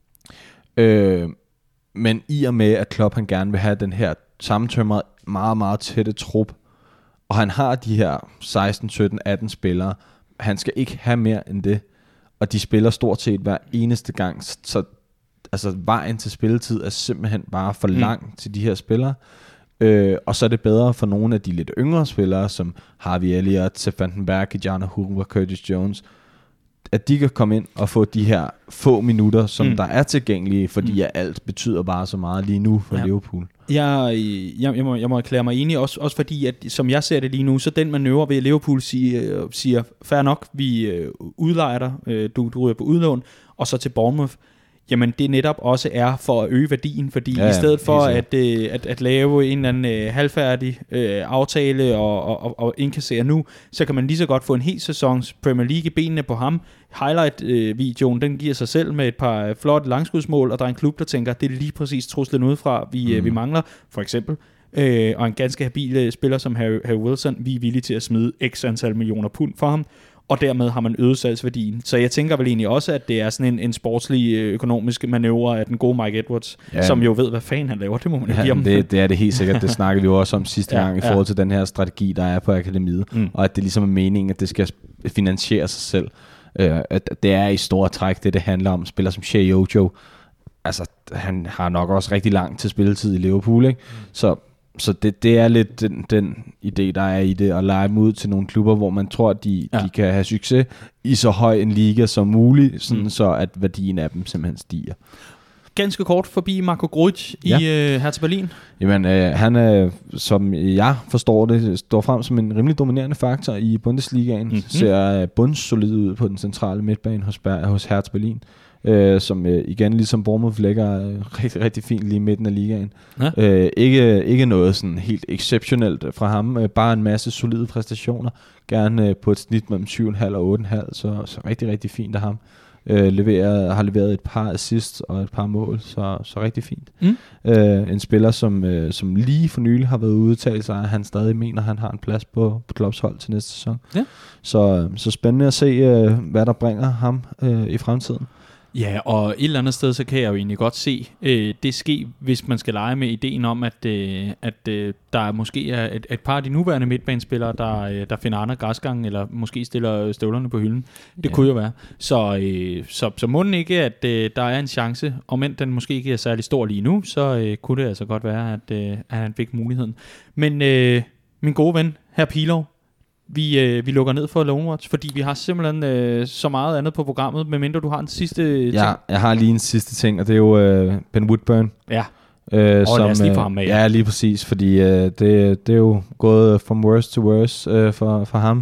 Øh, men i og med, at Klopp han gerne vil have den her sammentømrede, meget, meget tætte trup, og han har de her seksten, sytten, atten spillere, han skal ikke have mere end det. Og de spiller stort set hver eneste gang, så altså, vejen til spilletid er simpelthen bare for lang mm. til de her spillere. Øh, og så er det bedre for nogle af de lidt yngre spillere, som Harvey Elliott, Sepp van den Berg, Gianna Hoover, Curtis Jones, at de kan komme ind og få de her få minutter, som mm. der er tilgængelige, fordi mm. alt betyder bare så meget lige nu for ja. Liverpool. Jeg, jeg, jeg, må, jeg må erklære mig enig, også, også fordi, at som jeg ser det lige nu, så den manøvre ved Liverpool siger, siger fair nok, vi øh, udlejer dig, øh, du, du ryger på udlån, og så til Bournemouth. jamen det netop også er for at øge værdien, fordi ja, i stedet for at, øh, at, at lave en eller anden øh, halvfærdig øh, aftale og, og, og indkassere nu, så kan man lige så godt få en hel sæsons Premier League i benene på ham. Highlight-videoen, øh, den giver sig selv med et par flotte langskudsmål, og der er en klub, der tænker, det er lige præcis truslen udefra, vi, mm. øh, vi mangler, for eksempel. Øh, og en ganske habil øh, spiller som Harry, Harry Wilson, vi er villige til at smide x antal millioner pund for ham, og dermed har man øget salgsværdien. Så jeg tænker vel egentlig også, at det er sådan en, en sportslig økonomisk manøvre af den gode Mike Edwards, ja, som jo ved, hvad fanden han laver. Det må man ja, give ham. Det, det er det helt sikkert. Det snakkede vi jo også om sidste ja, gang i forhold til ja. den her strategi, der er på akademiet, mm. og at det ligesom er meningen, at det skal finansiere sig selv. Uh, at det er i store træk, det det handler om. Spiller som Sheyi Ojo, altså han har nok også rigtig lang til spilletid i Liverpool, ikke? Mm. Så Så det, det er lidt den, den idé, der er i det, at lege dem ud til nogle klubber, hvor man tror, at de, ja. de kan have succes i så høj en liga som muligt, sådan mm. så at værdien af dem simpelthen stiger. Ganske kort forbi Marco Grujic i ja. øh, Hertha Berlin. Jamen, øh, han er, som jeg forstår det, står frem som en rimelig dominerende faktor i Bundesligaen. Mm-hmm. Ser bundsolid ud på den centrale midtbane hos, hos Hertha Berlin. Øh, som øh, igen ligesom Bournemouth ligger øh, rigtig, rigtig fint lige i midten af ligaen. Ja. Øh, ikke, ikke noget sådan helt exceptionelt fra ham, øh, bare en masse solide præstationer, gerne øh, på et snit mellem syv komma fem og otte komma fem, så, så rigtig, rigtig fint af ham. Øh, leveret, har leveret et par assists og et par mål, så, så rigtig fint. Mm. Øh, en spiller, som, øh, som lige for nylig har været udtalt sig, at han stadig mener, at han har en plads på, på Klopps hold til næste sæson. Ja. Så, så spændende at se, øh, hvad der bringer ham øh, i fremtiden. Ja, og et eller andet sted, så kan jeg jo egentlig godt se øh, det ske, hvis man skal lege med ideen om, at, øh, at øh, der måske er et, et par af de nuværende midtbanespillere, der, øh, der finder andre græsgange, eller måske stiller støvlerne på hylden. Det ja. kunne jo være. Så, øh, så, så må den ikke, at øh, der er en chance, om end den måske ikke er særlig stor lige nu, så øh, kunne det altså godt være, at, øh, at han fik muligheden. Men øh, min gode ven, hr. Pilov, Vi, øh, vi lukker ned for Lone Watch, fordi vi har simpelthen øh, så meget andet på programmet, medmindre du har en sidste ting. Ja, jeg har lige en sidste ting, og det er jo øh, Ben Woodburn. Ja, øh, og som, lad os lige få ham med. Ja, lige præcis, fordi øh, det, det er jo gået from worse to worse øh, for, for ham.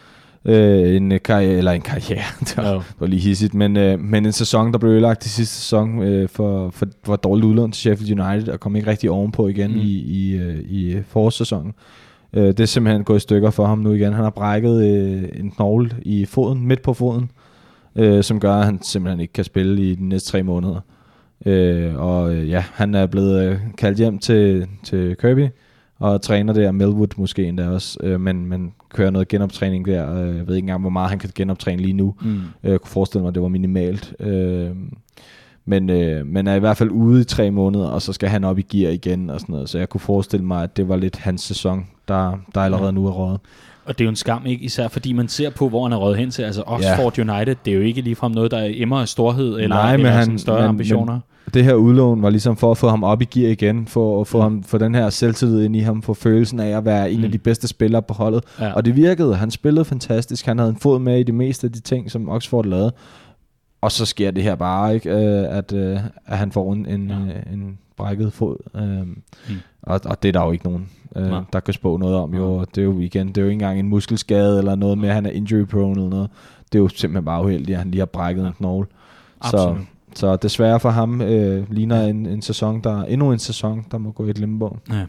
Øh, en karriere, eller en karriere, det var, oh. var lige hissigt, men, øh, men en sæson, der blev ødelagt i sidste sæson øh, for, for, for dårligt udlån til Sheffield United, og kom ikke rigtig ovenpå igen mm. i, i, øh, i forårssæsonen. Uh, det er simpelthen gået i stykker for ham nu igen. Han har brækket uh, en knogle i foden, midt på foden, uh, som gør, at han simpelthen ikke kan spille i de næste tre måneder. Uh, og uh, ja, han er blevet uh, kaldt hjem til, til Kirby, og træner der, Melwood måske endda også, uh, men, men kører noget genoptræning der. Uh, jeg ved ikke engang, hvor meget han kan genoptræne lige nu. Mm. Uh, jeg kunne forestille mig, at det var minimalt. Uh, Men, øh, men er i hvert fald ude i tre måneder, og så skal han op i gear igen og sådan noget. Så jeg kunne forestille mig, at det var lidt hans sæson, der, der allerede nu er røget. Og det er jo en skam, ikke? Især fordi man ser på, hvor han er røget hen til. Altså Oxford ja. United, det er jo ikke ligefrem noget, der emmer af storhed eller, Nej, eller han, sådan større men, ambitioner. Men det her udlån var ligesom for at få ham op i gear igen, for at få, mm. ham, få den her selvtillid ind i ham, få følelsen af at være en mm. af de bedste spillere på holdet. Ja. Og det virkede. Han spillede fantastisk. Han havde en fod med i de meste af de ting, som Oxford lavede. Og så sker det her bare, ikke, øh, at, øh, at han får en, en, ja. en brækket fod. Øh, mm. og, og det er der jo ikke nogen, øh, der kan spå noget om. Jo. Det er jo igen, det er jo ikke engang en muskelskade eller noget med, at han er injury prone eller noget. Det er jo simpelthen bare uheldigt, at han lige har brækket en knogle. Så, så desværre for ham øh, ligner en, en sæson, der endnu en sæson, der må gå i et limbo. Ja.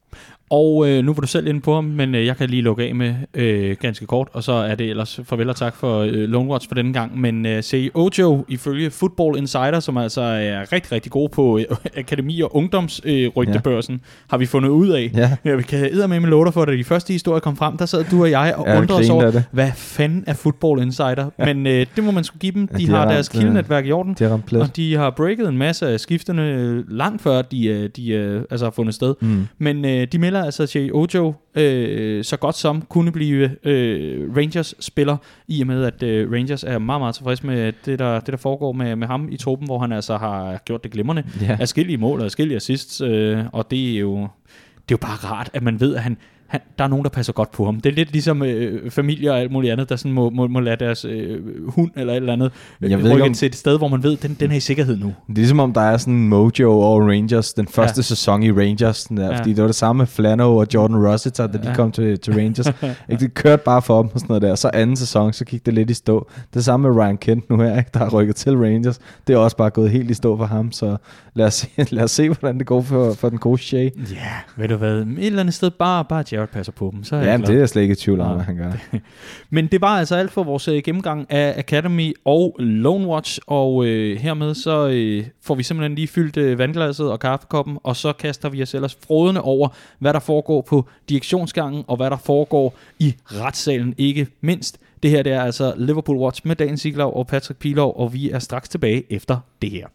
Og øh, nu var du selv inde på ham, men øh, jeg kan lige lukke af med øh, ganske kort, og så er det ellers farvel og tak for øh, Lone Watch for denne gang. Men øh, Sheyi Ojo, ifølge Football Insider, som altså er rigtig, rigtig god på øh, akademi- og ungdomsrygtebørsen, øh, ja. har vi fundet ud af. Ja. Ja, vi kan eddermame med låter for, at de første historier kom frem, der sad du og jeg og ja, undrede os over, hvad fanden er Football Insider? Ja. Men øh, det må man sgu give dem. De, ja, de har, har deres kildenetværk i orden, de og de har breaket en masse af skifterne langt før de, de øh, altså har fundet sted. Mm. Men øh, de melder altså, at Sheyi Ojo øh, så godt som kunne blive øh, Rangers-spiller, i og med, at øh, Rangers er meget, meget tilfreds med det, der, det, der foregår med, med ham i truppen, hvor han altså har gjort det glimrende. Yeah. Adskillige mål og adskillige assists, øh, og det er jo det er jo bare rart, at man ved, at han han, der er nogen, der passer godt på ham. Det er lidt ligesom øh, familier og alt muligt andet, der sådan må, må, må lade deres øh, hund eller et eller andet øh, rykke om... til et sted, hvor man ved, den, den er i sikkerhed nu. Det er ligesom om, der er sådan en mojo over Rangers, den første ja. sæson i Rangers, der, ja. fordi det var det samme med Flano og Jordan Rossiter, da de ja. kom til, til Rangers. Ikke, det kørte bare for dem og sådan noget der. Så anden sæson, så gik det lidt i stå. Det samme med Ryan Kent nu her, ikke, der har rykket til Rangers. Det er også bare gået helt i stå for ham, så lad os se, lad os se hvordan det går for, for den gode Shea. Ja, ved du hvad, et eller andet sted, bare, bare Jared passer på dem. Så er ja, det er jeg slet ikke i tvivl om, hvad han gør. Men det var altså alt for vores øh, gennemgang af Academy og Lone Watch, og øh, hermed så øh, får vi simpelthen lige fyldt øh, vandglasset og kaffekoppen, og så kaster vi os ellers frådende over, hvad der foregår på direktionsgangen, og hvad der foregår i retssalen, ikke mindst. Det her det er altså Liverpool Watch med Dan Siglau og Patrick Pilov, og vi er straks tilbage efter det her.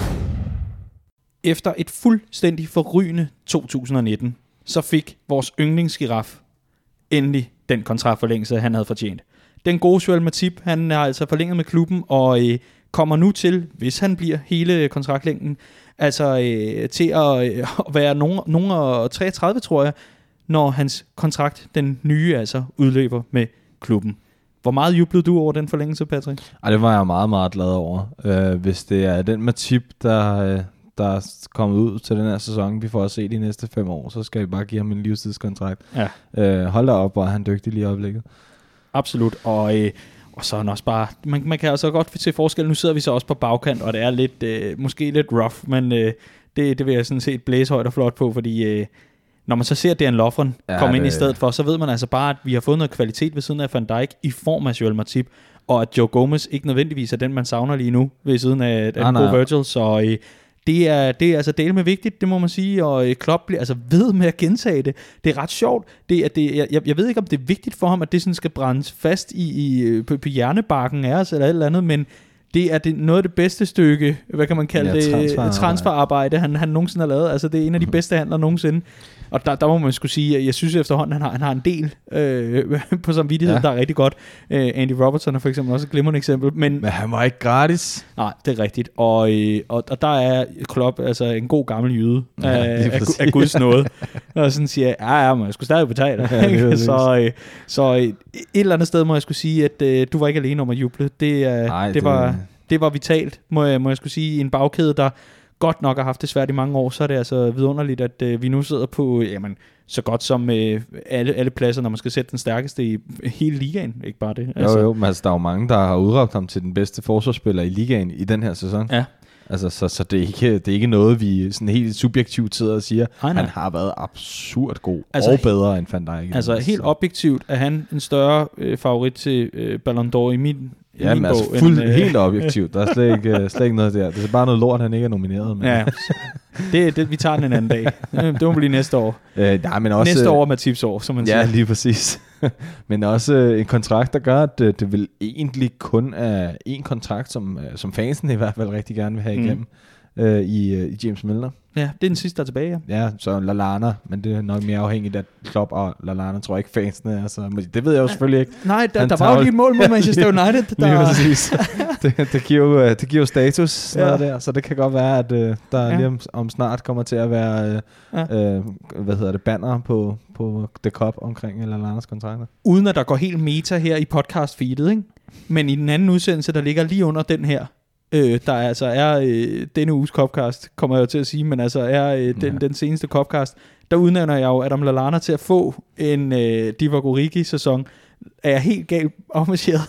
Efter et fuldstændig forrygende to tusind nitten, så fik vores yndlingsgiraf endelig den kontraktforlængelse, han havde fortjent. Den gode Joel Matip, han er altså forlænget med klubben, og øh, kommer nu til, hvis han bliver hele kontraktlængden, altså øh, til at, øh, at være nogen, nogen og treogtredive, tror jeg, når hans kontrakt, den nye, altså udløber med klubben. Hvor meget jublede du over den forlængelse, Patrick? Ej, det var jeg meget, meget glad over. Øh, hvis det er den Matip, der... Øh der er kommet ud til den her sæson, vi får at se de næste fem år, så skal vi bare give ham en livstidskontrakt. Ja. Øh, hold da op, hvor er han dygtig lige i øjeblikket. Absolut, og, øh, og så er han også bare, man, man kan altså godt se forskel, nu sidder vi så også på bagkant, og det er lidt, øh, måske lidt rough, men øh, det, det vil jeg sådan set blæse højt og flot på, fordi øh, når man så ser Dejan Lovren ja, komme ind det... i stedet for, så ved man altså bare, at vi har fået noget kvalitet ved siden af Van Dijk i form af Joel Matip, og at Joe Gomez ikke nødvendigvis er den, man savner lige nu ved siden af, af den gode Virgil, så... Øh, Det er, det er altså dele med vigtigt, det må man sige, og Klopp bliver altså ved med at gentage det. Det er ret sjovt. Det er, det, jeg, jeg ved ikke, om det er vigtigt for ham, at det sådan skal brændes fast i, i, på, på hjernebarken af os, eller et eller andet, men det er det, noget af det bedste stykke, hvad kan man kalde ja, det, transferarbejde, transferarbejde han, han nogensinde har lavet. Altså det er en af de bedste handler nogensinde. Og der, der må man skulle sige, at jeg synes efterhånden, han har, han har en del øh, på samvittighed, ja. der er rigtig godt. Øh, Andy Robertson er for eksempel også et glimrende eksempel. Men, men han var ikke gratis. Nej, det er rigtigt. Og, øh, og, og der er Klopp altså en god gammel jyde ja, af, af, af Guds nåde. Og sådan siger, ja, ja, men jeg skulle stadig betale. Ja, så øh, så øh, et eller andet sted må jeg skulle sige, at øh, du var ikke alene om at juble. Det, øh, Ej, det, det, var, det var vitalt, må jeg, må jeg skulle sige, i en bagkæde, der godt nok har haft det svært i mange år, så er det altså vidunderligt, at øh, vi nu sidder på jamen, så godt som øh, alle, alle pladser, når man skal sætte den stærkeste i hele ligaen, ikke bare det. Altså. Jo, jo, men altså, der er jo mange, der har udråbt ham til den bedste forsvarsspiller i ligaen i den her sæson. Ja. Altså, så, så det, er ikke, det er ikke noget, vi sådan helt subjektivt sidder og siger. Ej, han har været absurd god altså, og bedre end Van Dijk. Altså helt så. Objektivt er han en større øh, favorit til øh, Ballon d'Or i min Ja, men altså fuld, end, øh... helt objektivt. Der er slet ikke, slet ikke noget der. Det er bare noget lort, han ikke er nomineret med. Ja, det, det, vi tager den en anden dag. Det må blive næste år. Øh, nej, men også, næste år er Matips år, som man ja, siger. Ja, lige præcis. Men også øh, en kontrakt, der gør, at øh, det vil egentlig kun er en kontrakt, som, øh, som fansen i hvert fald rigtig gerne vil have igennem. Mm. Øh, i, øh, i James Milner. Ja, det er den sidste, der er tilbage, ja. Ja, så Lallana, men det er nok mere afhængigt af Klopp og Lallana, tror jeg ikke fansene er. Så, det ved jeg jo selvfølgelig ikke. Nej, der, der var jo lige et mål mod Manchester United. Der... Lige præcis. det, det, giver jo, det giver jo status, sådan ja. der, så det kan godt være, at uh, der ja. lige om, om snart kommer til at være uh, ja. uh, hvad hedder det, banner på, på The Cup omkring Lallanas kontrakter. Uden at der går helt meta her i podcast-feedet, ikke? Men i den anden udsendelse, der ligger lige under den her, Øh, der altså er øh, denne uges Copcast, kommer jeg jo til at sige, men altså er øh, den, ja. den seneste Copcast, der udnævner jeg jo Adam Lallana til at få en øh, Divock Origi-sæson. Er jeg helt galt afmarcheret?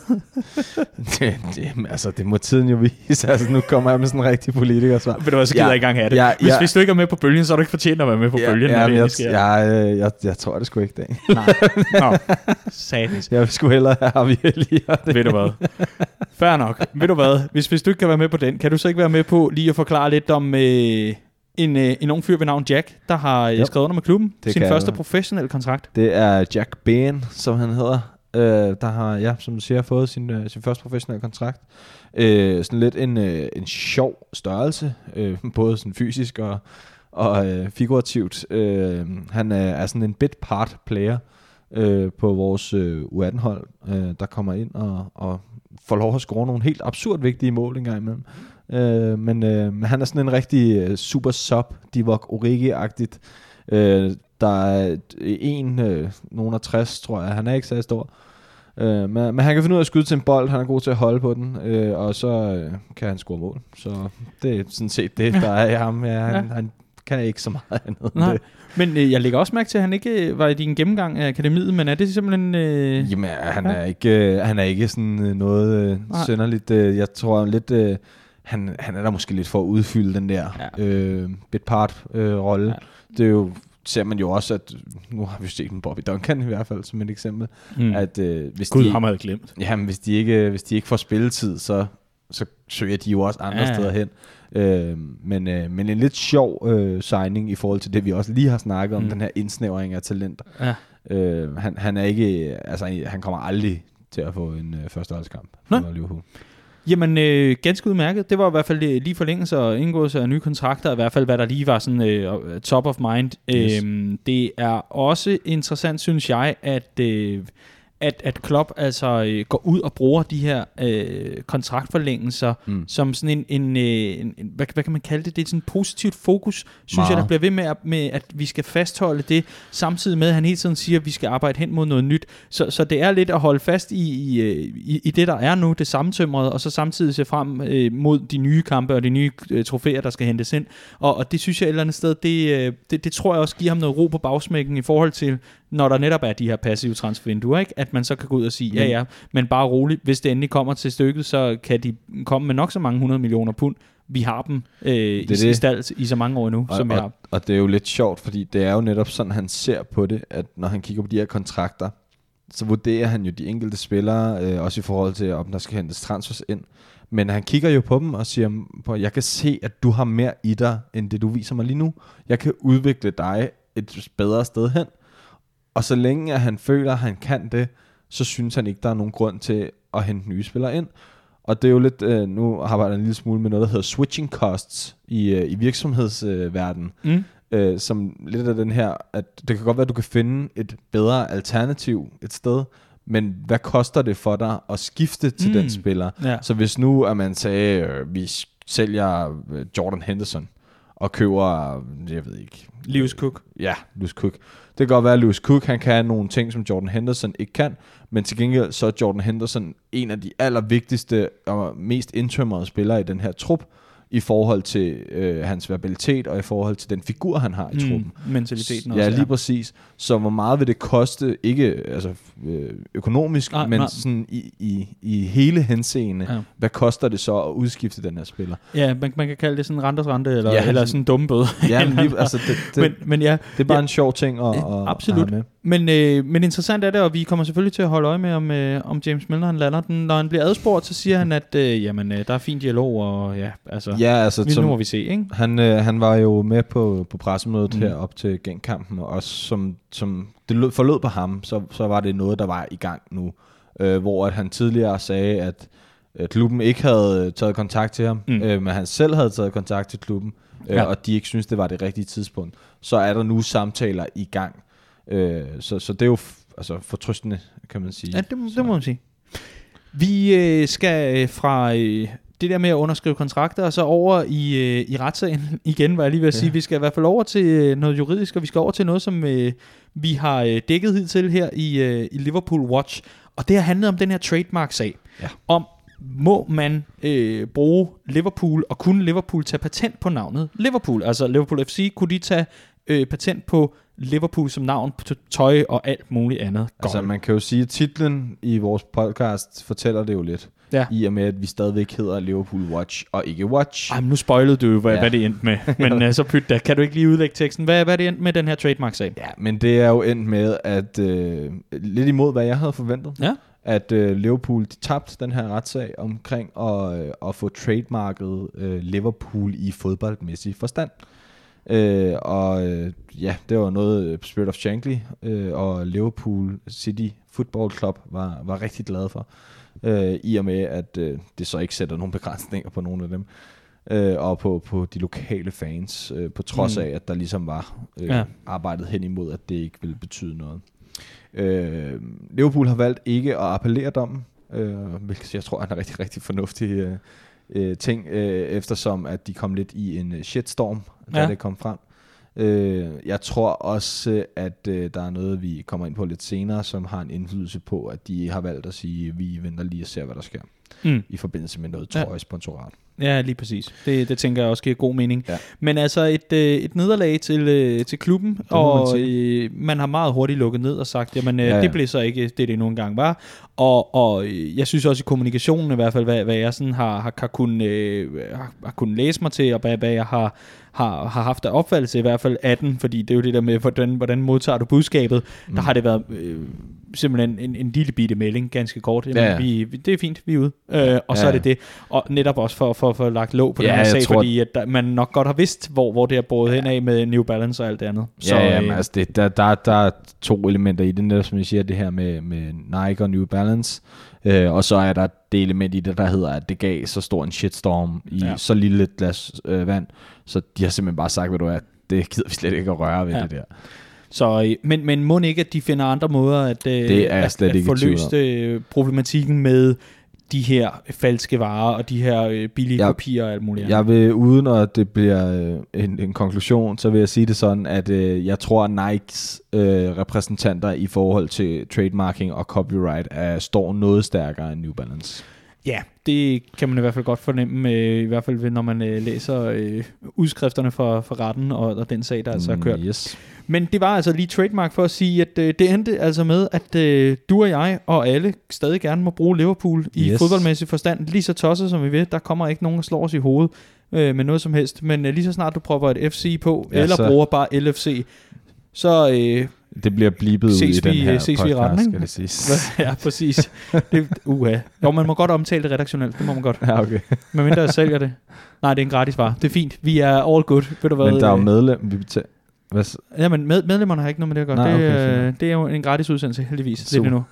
det, det, altså, det må tiden jo vise. Altså, nu kommer jeg med sådan en rigtig politikersvar. Ved du hvad, så gider jeg ikke engang have det. Ja, hvis, ja. hvis du ikke er med på bølgen, så er du ikke fortjent at være med på ja, bølgen. Ja, det, jeg, jeg, jeg, jeg, jeg tror det sgu ikke, det. Nej, nå, sadness. Jeg skulle hellere have Javier. Ved du hvad? Fair nok. Ved du hvad? Hvis, hvis du ikke kan være med på den, kan du så ikke være med på lige at forklare lidt om... Øh, En, øh, en ung fyr ved navn Jack, der har øh, skrevet under med klubben. Det sin første professionelle kontrakt. Det er Jack Bain, som han hedder. Øh, der har, ja, som du siger, fået sin, øh, sin første professionelle kontrakt. Øh, sådan lidt en, øh, en sjov størrelse, øh, både sådan fysisk og, og øh, figurativt. Øh, han er, er sådan en bit part player øh, på vores øh, U atten-hold, øh, der kommer ind og, og får lov at score nogle helt absurd vigtige mål en gang imellem. Øh, men øh, han er sådan en rigtig øh, super sub Divock Origi-agtigt. Øh, der er en, øh, nogen af tres, tror jeg. Han er ikke så stor. Øh, men, men han kan finde ud af at skyde til en bold. Han er god til at holde på den. Øh, og så øh, kan han score mål. Så det er sådan set det, der er i ham. Ja, han, ja. han kan ikke så meget andet end det. Men øh, jeg lægger også mærke til, at han ikke var i din gennemgang af akademiet, men er det simpelthen... Øh... Jamen, han, ja. er ikke, øh, han er ikke sådan øh, noget øh, synderligt... Øh, jeg tror lidt... Øh, han, han er der måske lidt for at udfylde den der ja. øh, bit part-rolle. Øh, ja. Det er jo... ser man jo også, at nu har vi set en Bobby Duncan i hvert fald som et eksempel, mm. at øh, hvis Gud, de ham havde glemt. Jamen, hvis de ikke hvis de ikke får spilletid, så så søger de jo også andre ja. steder hen. Øh, men øh, men en lidt sjov øh, signing i forhold til det vi også lige har snakket om, mm. den her indsnævring af talenter. Ja. Øh, han han er ikke altså han kommer aldrig til at få en øh, førsteholdskamp for Liverpool. Jamen, øh, ganske udmærket. Det var i hvert fald lige forlængelse og indgåelse af nye kontrakter, i hvert fald hvad der lige var sådan øh, top of mind. Yes. Øhm, det er også interessant, synes jeg, at, øh, at, at Klopp altså øh, går ud og bruger de her øh, kontraktforlængelser mm. som sådan en, en, en, en hvad, hvad kan man kalde det? Det er sådan en positivt fokus, synes Meget. jeg, der bliver ved med at, med, at vi skal fastholde det, samtidig med, at han hele tiden siger, at vi skal arbejde hen mod noget nyt. Så, så det er lidt at holde fast i, i, i det, der er nu, det sammentømrede, og så samtidig se frem øh, mod de nye kampe og de nye øh, trofæer, der skal hentes ind. Og, og det synes jeg et eller andet sted, det, det, det tror jeg også giver ham noget ro på bagsmækken i forhold til, når der netop er de her passive transfervinduer, ikke? At man så kan gå ud og sige, ja ja, men bare roligt, hvis det endelig kommer til stykket, så kan de komme med nok så mange hundrede millioner pund. Vi har dem øh, i, i stald i så mange år nu, og, som vi og, har. Og det er jo lidt sjovt, fordi det er jo netop sådan, han ser på det, at når han kigger på de her kontrakter, så vurderer han jo de enkelte spillere, øh, også i forhold til, om der skal hentes transfers ind. Men han kigger jo på dem og siger, jeg kan se, at du har mere i dig, end det du viser mig lige nu. Jeg kan udvikle dig et bedre sted hen. Og så længe at han føler, at han kan det, så synes han ikke, der er nogen grund til at hente nye spillere ind. Og det er jo lidt, øh, nu arbejder jeg en lille smule med noget, der hedder switching costs i, øh, i virksomhedsverdenen. Øh, mm. øh, som lidt af den her, at det kan godt være, at du kan finde et bedre alternativ et sted, men hvad koster det for dig at skifte til mm. den spiller? Ja. Så hvis nu, at man sagde, øh, vi sælger Jordan Henderson, og køber, jeg ved ikke... Lewis Cook. Ja, Lewis Cook. Det kan godt være, at Lewis Cook, han kan nogle ting, som Jordan Henderson ikke kan, men til gengæld så er Jordan Henderson en af de allervigtigste og mest indtømrede spillere i den her trup, i forhold til øh, hans verbalitet, og i forhold til den figur, han har i truppen. Mm, mentaliteten også. Ja, lige ja. præcis. Så hvor meget vil det koste, ikke altså, øh, økonomisk, nej, men nej. sådan i, i, i hele henseende, ja. hvad koster det så at udskifte den her spiller? Ja, man, man kan kalde det sådan en renters rente, eller, ja, eller sådan en dumme bøde. Ja, lige, altså det, det, men, men ja, det er bare ja, en sjov ting at, at, absolut. at have med. Men, øh, men interessant er det, og vi kommer selvfølgelig til at holde øje med, om, øh, om James Milner han lander den. Når han bliver adspurgt, så siger han, at øh, jamen, øh, der er fin dialog, og ja, altså, ja, altså nu må vi se, ikke? Han, øh, han var jo med på, på pressemødet mm. her op til Genk-kampen, og også som, som det lød, forlød på ham, så, så var det noget, der var i gang nu. Øh, hvor at han tidligere sagde, at øh, klubben ikke havde taget kontakt til ham, mm. øh, men han selv havde taget kontakt til klubben, øh, ja. og de ikke synes det var det rigtige tidspunkt. Så er der nu samtaler i gang. Øh, så, så det er jo f- altså fortrøstende, kan man sige. Ja, det, det må man sige. Vi øh, skal fra øh, det der med at underskrive kontrakter, og så over i, øh, i retssagen igen, var jeg lige ved at sige. Ja. Vi skal i hvert fald over til øh, noget juridisk, og vi skal over til noget, som øh, vi har øh, dækket hidtil her i, øh, i Liverpool Watch. Og det har handlet om den her trademark-sag. Ja. Om, må man øh, bruge Liverpool, og kunne Liverpool tage patent på navnet Liverpool? Altså Liverpool F C, kunne de tage øh, patent på Liverpool som navn på tøj og alt muligt andet? Altså man kan jo sige, at titlen i vores podcast fortæller det jo lidt. Ja. I og med, at vi stadigvæk hedder Liverpool Watch og ikke Watch. Ej, men nu spoilede du jo, hvad, ja. hvad det endte med. Men uh, så pyt da. Kan du ikke lige udlægge teksten? Hvad, hvad er det endt med den her trademark-sag? Ja, men det er jo endt med, at øh, lidt imod, hvad jeg havde forventet. Ja. At øh, Liverpool de tabte den her retssag omkring at, øh, at få trademarket øh, Liverpool i fodboldmæssig forstand. Øh, og øh, ja, det var noget Spirit of Shankly øh, og Liverpool City Football Club var, var rigtig glade for. Øh, I og med, at øh, det så ikke sætter nogen begrænsninger på nogen af dem. Øh, og på, på de lokale fans, øh, på trods af, at der ligesom var øh, ja. arbejdet hen imod, at det ikke ville betyde noget. Øh, Liverpool har valgt ikke at appellere dommen, øh, hvilket jeg tror er en rigtig, rigtig fornuftig øh, øh, ting, øh, eftersom at de kom lidt i en shitstorm, da ja. det kom frem. Øh, jeg tror også, at øh, der er noget, vi kommer ind på lidt senere, som har en indflydelse på, at de har valgt at sige, at vi venter lige og ser, hvad der sker. Mm. I forbindelse med noget trøjesponsorat. Ja, lige præcis. Det, det tænker jeg også giver god mening. Ja. Men altså et, øh, et nederlag til, øh, til klubben, og man, øh, man har meget hurtigt lukket ned og sagt, jamen øh, ja, ja. det blev så ikke det, det nu engang var. Og, og øh, jeg synes også i kommunikationen i hvert fald, hvad, hvad jeg sådan har, har, har, kunnet, øh, har, har kunnet læse mig til, og hvad, hvad jeg har, har, har haft af opfattelse i hvert fald af den, fordi det er jo det der med, hvordan, hvordan modtager du budskabet. Mm. Der har det været øh, simpelthen en, en lille bitte melding, ganske kort. Jamen, ja, ja. Vi, det er fint, vi er ude. Øh, og så ja, ja. er det det. Og netop også for, for, for at lagt låg på ja, den her sag, tror, fordi at der, man nok godt har vidst, hvor, hvor det er båret ja. hen af med New Balance og alt det andet. Så, ja, ja men, øh, altså det, der, der, der er to elementer i det, netop som jeg siger, det her med, med Nike og New Balance. Øh, og så er der det element i det, der hedder, at det gav så stor en shitstorm i ja. så lille et glas øh, vand. Så de har simpelthen bare sagt, ved du hvad, det gider vi slet ikke at røre ved ja. det der. Så, men, men må ikke, at de finder andre måder at, det er at, at få løst øh, problematikken med de her falske varer og de her øh, billige jeg, kopier og alt muligt. Jeg vil, uden at det bliver øh, en, en konklusion, så vil jeg sige det sådan, at øh, jeg tror, at Nikes øh, repræsentanter i forhold til trademarking og copyright er, står noget stærkere end New Balance. Ja, det kan man i hvert fald godt fornemme, øh, i hvert fald når man øh, læser øh, udskrifterne fra, fra retten og, og den sag, der altså har kørt. Mm, yes. Men det var altså lige trademark for at sige, at øh, det endte altså med, at øh, du og jeg og alle stadig gerne må bruge Liverpool i yes. fodboldmæssig forstand. Lige så tosset som vi vil, der kommer ikke nogen, der slår os i hovedet øh, med noget som helst. Men øh, lige så snart du prøver et F C på, ja, eller så bruger bare L F C, så... Øh, det bliver blibet ud i den her ses podcast, retten, skal det siges. Ja, præcis. Det, uha. Jo, man må godt omtale det redaktionelt, det må man godt. Ja, okay. Men mindre jeg sælger det. Nej, det er en gratis vare. Det er fint. Vi er all good. Ved du hvad? Men der er jo medlem, vi betaler. Hvad? Ja, men med, medlemmerne har ikke noget med det at gøre. Nej, okay, det, øh, det er jo en gratis udsendelse, heldigvis. Det er det nu.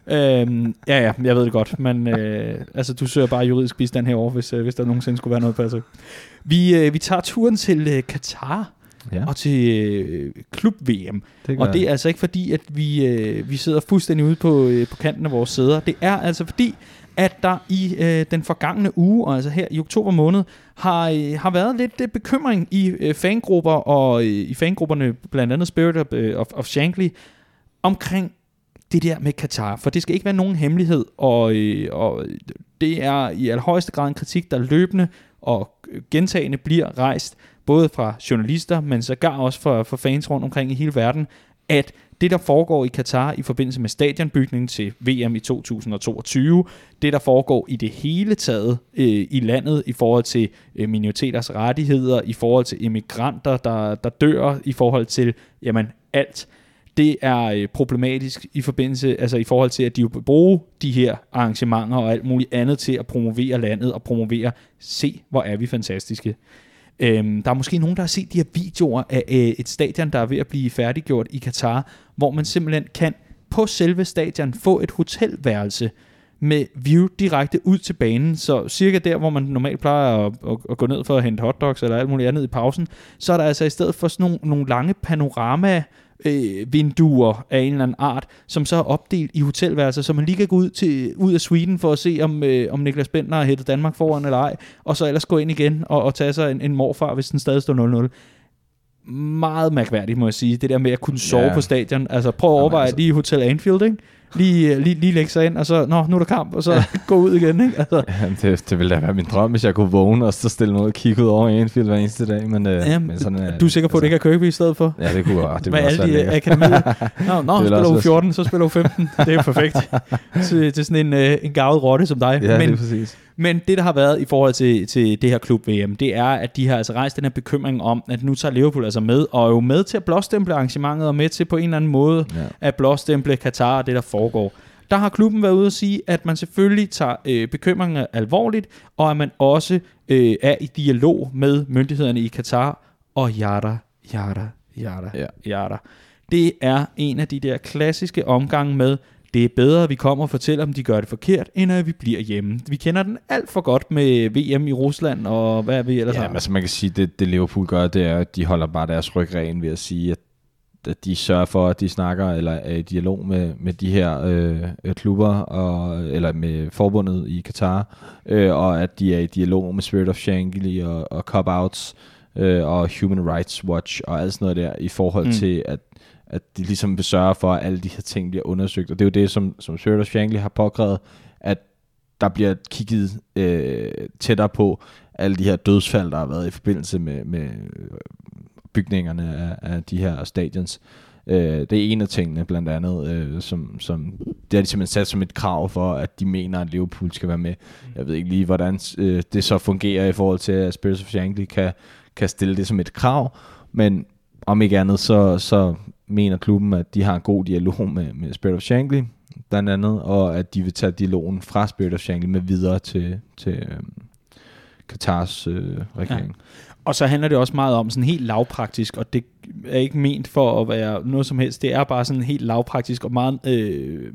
Øhm, ja, ja, jeg ved det godt. Men øh, altså, du søger bare juridisk bistand herovre, hvis, øh, hvis der nogensinde skulle være noget på. Vi, øh, vi tager turen til øh, Katar. Ja. Og til øh, klub-V M. Det og det er altså ikke fordi, at vi, øh, vi sidder fuldstændig ude på, øh, på kanten af vores sæder. Det er altså fordi, at der i øh, den forgangne uge, og altså her i oktober måned, har, øh, har været lidt øh, bekymring i øh, fangrupper, og øh, i fangrupperne blandt andet Spirit of, øh, of, of Shankly, omkring det der med Katar. For det skal ikke være nogen hemmelighed, og, øh, og det er i allerhøjeste grad en kritik, der løbende og gentagende bliver rejst, både fra journalister, men sågar også fra, fra fans rundt omkring i hele verden, at det, der foregår i Katar i forbindelse med stadionbygningen til V M i to tusind toogtyve, det, der foregår i det hele taget øh, i landet i forhold til øh, minoriteters rettigheder, i forhold til immigranter, der, der dør, i forhold til jamen, alt, det er øh, problematisk i forbindelse, altså i forhold til, at de jo bruger de her arrangementer og alt muligt andet til at promovere landet og promovere, se, hvor er vi fantastiske. Øhm, der er måske nogen, der har set de her videoer af øh, et stadion, der er ved at blive færdiggjort i Katar, hvor man simpelthen kan på selve stadion få et hotelværelse med view direkte ud til banen, så cirka der, hvor man normalt plejer at, at, at gå ned for at hente hotdogs eller alt muligt andet i pausen, så er der altså i stedet for sådan nogle, nogle lange panorama øh, vinduer af en eller anden art, som så er opdelt i hotelværelser, så man lige kan gå ud, til, ud af Sweden for at se, om, øh, om Niklas Bentner har hættet Danmark foran eller ej, og så ellers gå ind igen og, og tage sig en, en morfar, hvis den stadig står nul nul. Meget mærkværdigt, må jeg sige, det der med at kunne sove ja. på stadion. Altså prøv at overveje altså. lige Hotel Anfield, ikke? Lige, lige, lige lægge sig ind, og så, nå, nu er der kamp, og så ja. gå ud igen, ikke? Altså. Ja, det, det ville da være min drøm, hvis jeg kunne vågne, og så stille noget og kigge ud over Anfield hver eneste dag, men, øh, ja, men sådan... Øh, du er sikker på, altså, at det ikke er Kirkby i stedet for? Ja, det kunne være, det med alle de akademier. Nå, nå spiller U fjorten, så spiller U femten. Det er jo perfekt. til, til sådan en, øh, en gavet rotte som dig. Ja, men, det er præcis. Men det, der har været i forhold til, til det her klub-V M, det er, at de har altså rejst den her bekymring om, at nu tager Liverpool altså med, og er jo med til at blåstemple arrangementet, og med til på en eller anden måde ja. at blåstemple Katar og det, der foregår. Der har klubben været ude at sige, at man selvfølgelig tager øh, bekymringer alvorligt, og at man også øh, er i dialog med myndighederne i Katar, og yada, yada, yada, ja. yada. Det er en af de der klassiske omgange med, det er bedre, at vi kommer og fortæller, om de gør det forkert, end at vi bliver hjemme. Vi kender den alt for godt med V M i Rusland, og hvad vi ellers ja, har. Ja, altså man kan sige, det, det Liverpool gør, det er, at de holder bare deres ryg ren ved at sige, at at de sørger for, at de snakker eller er i dialog med, med de her øh, klubber, og, eller med forbundet i Katar, øh, og at de er i dialog med Spirit of Shankly og, og Cop-Outs, øh, og Human Rights Watch og alt sådan noget der, i forhold mm. til, at, at de ligesom vil sørge for, at alle de her ting bliver undersøgt. Og det er jo det, som, som Spirit of Shankly har påkrævet, at der bliver kigget øh, tættere på alle de her dødsfald, der har været i forbindelse med, med bygningerne af, af de her stadions. Øh, det er en af tingene, blandt andet, øh, som, som det er de simpelthen sat som et krav for, at de mener, at Liverpool skal være med. Jeg ved ikke lige, hvordan øh, det så fungerer i forhold til, at Spirit of Shankly kan, kan stille det som et krav, men om ikke andet, så, så mener klubben, at de har en god dialog med, med Spirit of Shankly, blandt andet, og at de vil tage dialogen fra Spirit of Shankly med videre til, til øh, Katars øh, regering. Ja. Og så handler det også meget om sådan helt lavpraktisk, og det er ikke ment for at være noget som helst. Det er bare sådan helt lavpraktisk og meget, øh,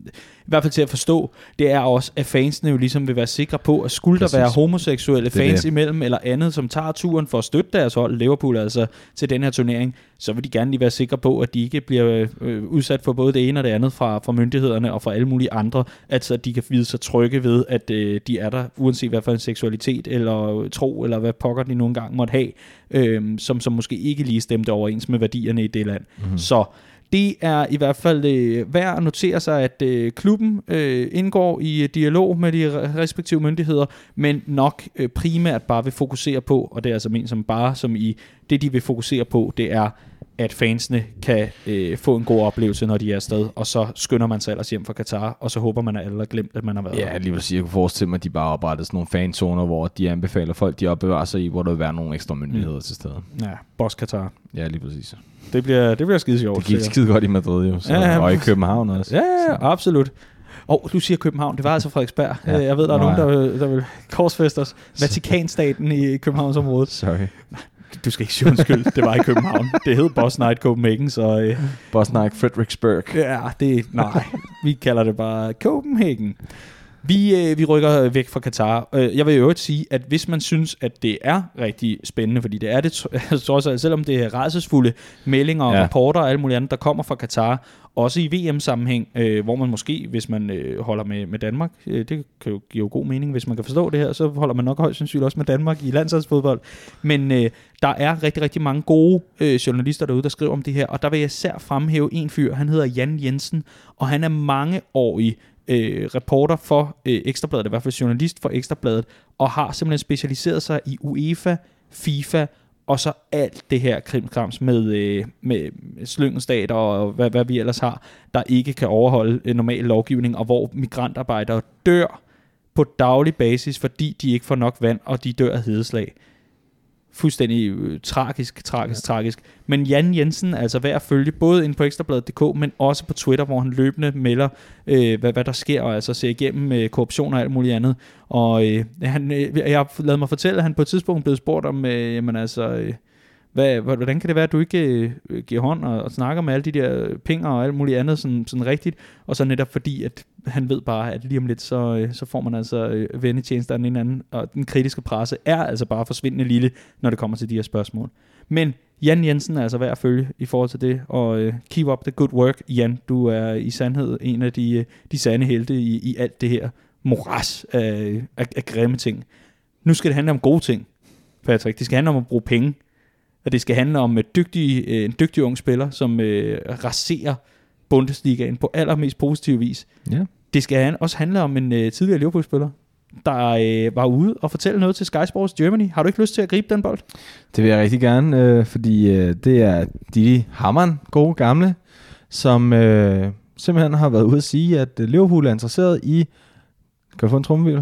i hvert fald til at forstå, det er også, at fansene jo ligesom vil være sikre på, at skulle Præcis. Der være homoseksuelle fans det. imellem eller andet, som tager turen for at støtte deres hold, Liverpool altså, til den her turnering, så vil de gerne lige være sikre på, at de ikke bliver øh, udsat for både det ene og det andet fra, fra myndighederne og fra alle mulige andre, altså at de kan vide sig trygge ved, at øh, de er der, uanset hvad for en seksualitet eller tro, eller hvad pokker de nogle gange måtte have, øh, som, som måske ikke lige stemte overens med værdierne i det land. Mm-hmm. Så det er i hvert fald øh, værd at notere sig, at øh, klubben øh, indgår i øh, dialog med de respektive myndigheder, men nok øh, primært bare vil fokusere på, og det er altså ment som bare, som i det de vil fokusere på, det er, at fansene kan øh, få en god oplevelse, når de er afsted, og så skynder man sig ellers hjem fra Katar, og så håber man, at alle har glemt, at man har været ja, lige præcis. Jeg kunne forestille mig, at de bare opretter sådan nogle fanzoner, hvor de anbefaler folk, de opbevarer sig i, hvor der vil være nogle ekstra myndigheder mm. til stede. Ja, Boss Katar. Ja, lige præcis. Det bliver, det bliver skide sjovt. Det gik skide godt i Madrid jo, så, ja, ja, og i København også. Ja, ja, absolut. Og oh, du siger København, det var altså Frederiksberg. Ja. Jeg ved, der er Nå, nogen, der vil, der vil korsfeste os. Vatikanstaten i Københavnsområdet. Sorry. Du skal ikke sige undskyld, det var i København. Det hed Boss Night Copenhagen, så... Øh, Boss Night Frederiksberg. Ja, det... Nej, vi kalder det bare Copenhagen. Vi, øh, vi rykker væk fra Katar. Jeg vil jo øvrigt sige, at hvis man synes, at det er rigtig spændende, fordi det er det, trods alt, selvom det er rædselsfulde meldinger og ja. rapporter og alt muligt andet, der kommer fra Katar, også i V M-sammenhæng, øh, hvor man måske, hvis man øh, holder med, med Danmark, øh, det kan jo give jo god mening, hvis man kan forstå det her, så holder man nok højst sandsynligt også med Danmark i landsholdsfodbold. Men øh, der er rigtig, rigtig mange gode øh, journalister derude, der skriver om det her, og der vil jeg især fremhæve en fyr, han hedder Jan Jensen, og han er mangeårig øh, reporter for øh, Ekstrabladet, i hvert fald journalist for Ekstrabladet, og har simpelthen specialiseret sig i UEFA, FIFA, og så alt det her krimkrams med, øh, med slyngelstater og hvad, hvad vi ellers har, der ikke kan overholde øh, normal lovgivning, og hvor migrantarbejdere dør på daglig basis, fordi de ikke får nok vand, og de dør af hedeslag. Fuldstændig øh, tragisk, tragisk, ja. tragisk. Men Jan Jensen er altså værd at følge, både inde på ekstrabladet punktum d k, men også på Twitter, hvor han løbende melder, øh, hvad, hvad der sker, og altså ser igennem øh, korruption og alt muligt andet. Og øh, han, øh, jeg har ladet mig fortælle, at han på et tidspunkt blev spurgt om, øh, jamen altså... Øh, Hvad, hvordan kan det være, at du ikke øh, giver hånd og, og snakker med alle de der pinger og alt muligt andet sådan, sådan rigtigt, og så netop fordi, at han ved bare, at lige om lidt, så, øh, så får man altså øh, vennetjenester af den anden, og den kritiske presse er altså bare forsvindende lille, når det kommer til de her spørgsmål. Men Jan Jensen er altså værd at følge i forhold til det, og øh, keep up the good work, Jan. Du er i sandhed en af de, de sande helte i, i alt det her moras af, af, af grimme ting. Nu skal det handle om gode ting, Patrick. Det skal handle om at bruge penge. Og det skal handle om et dygtig, en dygtig ung spiller, som øh, raserer Bundesligaen på allermest positiv vis. Ja. Det skal også handle om en øh, tidligere Liverpool-spiller, der øh, var ude og fortælle noget til Sky Sports Germany. Har du ikke lyst til at gribe den bold? Det vil jeg rigtig gerne, øh, fordi øh, det er Didi Hamann, gode gamle, som øh, simpelthen har været ude at sige, at Liverpool er interesseret i... Kan jeg få en trommevirvel?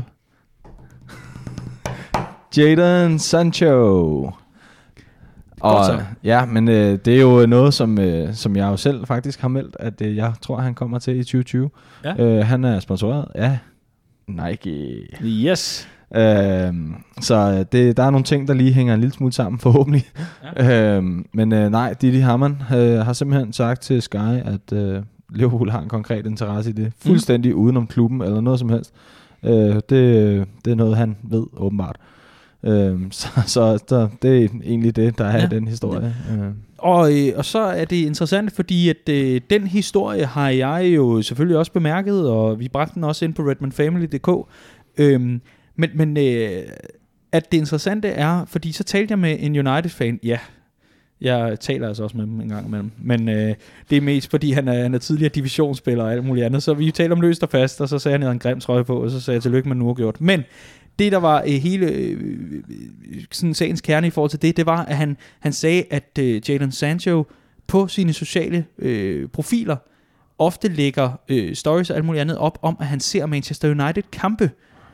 Jadon Sancho. Og ja, men øh, det er jo noget, som, øh, som jeg jo selv faktisk har meldt, at øh, jeg tror, han kommer til i tyve tyve. Ja. Øh, han er sponsoreret af Nike. Yes. Øh, så det, der er nogle ting, der lige hænger en lille smule sammen, forhåbentlig. Ja. Øh, men øh, nej, Didi Hamann øh, har simpelthen sagt til Sky, at øh, Liverpool har en konkret interesse i det. Fuldstændig mm. udenom klubben eller noget som helst. Øh, det, det er noget, han ved åbenbart. Øhm, så, så, så det er egentlig det, der er ja. i den historie. Ja. Og, øh, og så er det interessant, fordi at øh, den historie har jeg jo selvfølgelig også bemærket, og vi bragte den også ind på redman family punktum d k. Øhm, men men øh, at det interessante er, fordi så talte jeg med en United-fan, ja, jeg taler altså også med ham en gang imellem, men øh, det er mest fordi, han er, han er tidligere divisionsspiller og alt muligt andet, så vi talte om løst og fast, og så sagde han, at han havde en grim trøje på, og så sagde jeg tillykke med den uafgjort. Men det, der var øh, hele øh, sådan sagens kerne i forhold til det, det var, at han, han sagde, at øh, Jadon Sancho på sine sociale øh, profiler ofte lægger øh, stories og alt muligt andet op om, at han ser Manchester United-kampe.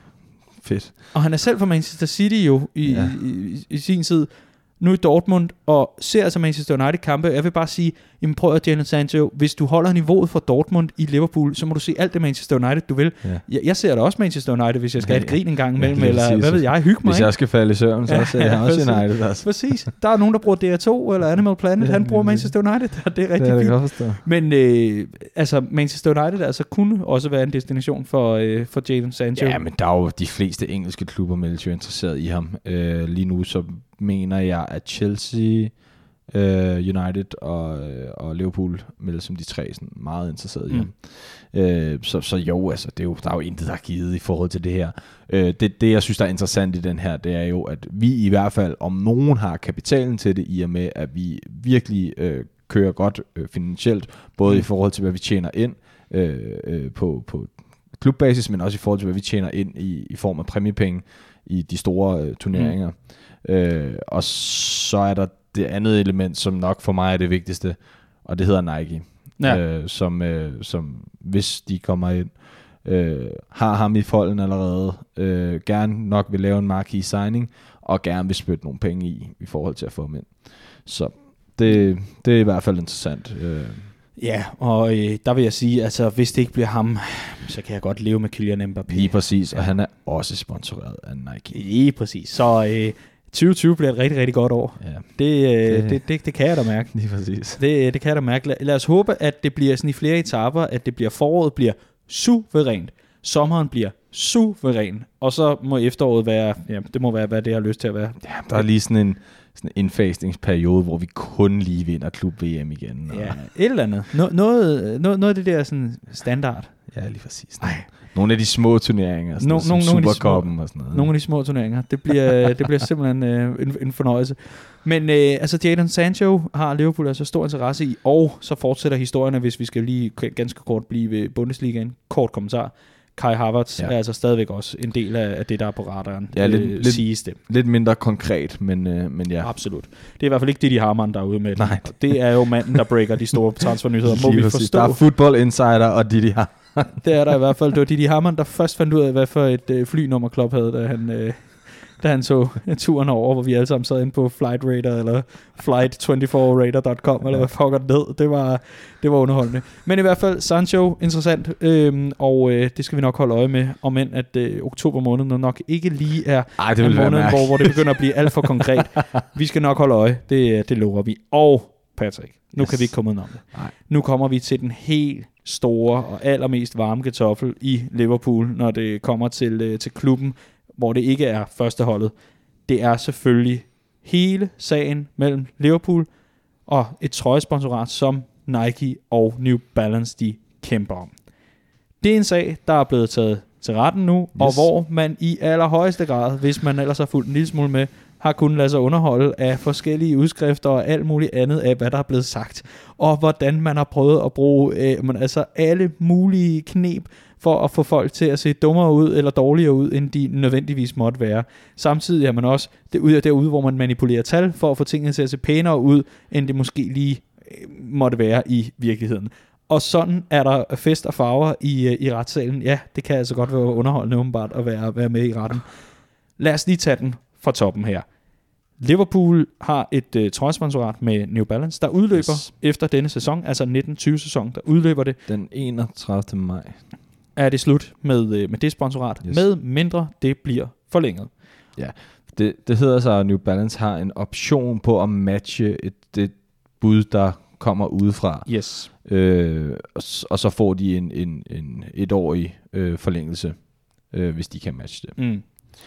Fedt. Og han er selv fra Manchester City jo i, ja. i, i, i sin tid, nu i Dortmund, og ser altså Manchester United-kampe. Jeg vil bare sige, jamen prøv at Jadon Sancho, hvis du holder niveauet for Dortmund i Liverpool, så må du se alt det Manchester United, du vil. Ja. Jeg, jeg ser da også Manchester United, hvis jeg skal ja, have et grin en gang imellem, ja, eller hvad ved jeg, hygge mig. Hvis jeg skal falde i søvn, så ja, ser jeg også ja, United. Altså. Præcis. Der er nogen, der bruger D R to eller Animal Planet, han bruger Manchester United, det er rigtig det er fint. Men øh, altså, Manchester United altså, kunne også være en destination for, øh, for Jadon Sancho. Ja, men der er jo de fleste engelske klubber, melder jo interesseret i ham. Øh, lige nu så mener jeg, at Chelsea, uh, United og, og Liverpool melder som de tre sådan meget interesserede i mm. ham. Uh, så, så jo, altså, det er jo, der er jo intet, der er givet i forhold til det her. Uh, det, det, jeg synes, der er interessant i den her, det er jo, at vi i hvert fald, om nogen har kapitalen til det, i og med, at vi virkelig uh, kører godt uh, finansielt, både mm. i forhold til, hvad vi tjener ind uh, uh, på, på klubbasis, men også i forhold til, hvad vi tjener ind i, i form af præmiepenge i de store uh, turneringer. Mm. Øh, og så er der det andet element, som nok for mig er det vigtigste, og det hedder Nike, ja. øh, som, øh, som hvis de kommer ind, øh, har ham i folden allerede, øh, gerne nok vil lave en marquee signing, og gerne vil spytte nogle penge i, i forhold til at få ham ind. Så det, det er i hvert fald interessant. Øh. Ja, og øh, der vil jeg sige, altså hvis det ikke bliver ham, så kan jeg godt leve med Kylian Mbappé. Lige præcis, og han er også sponsoreret af Nike. Lige præcis, så øh, tyve tyve bliver et rigtig, rigtig godt år. Ja. Det, øh, det, det, det, det kan jeg da mærke. Lige præcis. Det, det kan jeg da mærke. Lad, lad os håbe, at det bliver sådan i flere etaper, at det bliver foråret bliver suverænt, sommeren bliver suveræn, og så må efteråret være, ja, det må være, hvad det har lyst til at være. Ja, der er lige sådan en sådan en indfasningsperiode, hvor vi kun lige vinder klub-V M igen. Og ja, et eller andet. No, noget, noget, noget af det der sådan standard. Ja, lige præcis. Nej. Nogle af de små turneringer, sådan no, noget, som Supercuppen og sådan noget. Nogle af de små turneringer. Det bliver, det bliver simpelthen øh, en, en fornøjelse. Men øh, altså Jadon Sancho har Liverpool altså stor interesse i, og så fortsætter historierne, hvis vi skal lige ganske kort blive ved Bundesligaen. Kort kommentar. Kai Havertz ja. er altså stadigvæk også en del af, af det, der er på radaren. Ja, lidt, øh, lidt, siges det. Lidt mindre konkret, men, øh, men ja. Absolut. Det er i hvert fald ikke Didi Hamann, der er ude med det. Nej. Det er jo manden, der breaker de store transfernyheder. Må vi forstå? Der er Football Insider og Didi Hamann. Det er der i hvert fald. Det var Didi Hamann, der først fandt ud af, hvad for et øh, flynummer Klopp havde, da han, øh, da han så turen over, hvor vi alle sammen sad inde på Flight Radar, eller flight to fire radar dot com, eller hvad fucker det hed. Det var, det var underholdende. Men i hvert fald, Sancho, interessant, øhm, og øh, det skal vi nok holde øje med, om end at øh, oktober måned nok ikke lige er Ej, det en måned, hvor, hvor det begynder at blive alt for konkret. Vi skal nok holde øje, det, det lover vi. Og Patrick, nu yes. kan vi ikke komme ud om det. Nej. Nu kommer vi til den helt store og allermest varme kartoffel i Liverpool, når det kommer til, øh, til klubben, hvor det ikke er førsteholdet. Det er selvfølgelig hele sagen mellem Liverpool og et trøjesponsorat, som Nike og New Balance, de kæmper om. Det er en sag, der er blevet taget til retten nu, yes. og hvor man i allerhøjeste grad, hvis man ellers har fulgt en lille smule med, har kunnet lade sig underholde af forskellige udskrifter og alt muligt andet af, hvad der er blevet sagt, og hvordan man har prøvet at bruge øh, man, altså alle mulige knep for at få folk til at se dummere ud eller dårligere ud, end de nødvendigvis måtte være. Samtidig er man også derude, derude hvor man manipulerer tal for at få tingene til at se pænere ud, end det måske lige øh, måtte være i virkeligheden. Og sådan er der fest og farver i, i retssalen. Ja, det kan altså godt være underholdende åbenbart at være, være med i retten. Lad os lige tage den fra toppen her. Liverpool har et øh, trøjesponsorat med New Balance, der udløber yes. efter denne sæson, altså nitten tyve sæson, der udløber det. Den enogtredivte maj. Er det slut med, øh, med det sponsorat, yes. med mindre det bliver forlænget. Ja, det, det hedder så, at New Balance har en option på at matche et, et bud, der kommer udefra. Yes. Øh, og, og så får de en, en, en etårig øh, forlængelse, øh, hvis de kan matche det. Mm.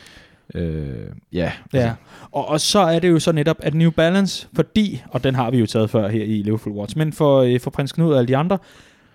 Øh, ja, ja. Altså. Og, og så er det jo så netop, at New Balance, fordi, og den har vi jo taget før her i Liverpool Watch, men for, øh, for Prins Knud og alle de andre,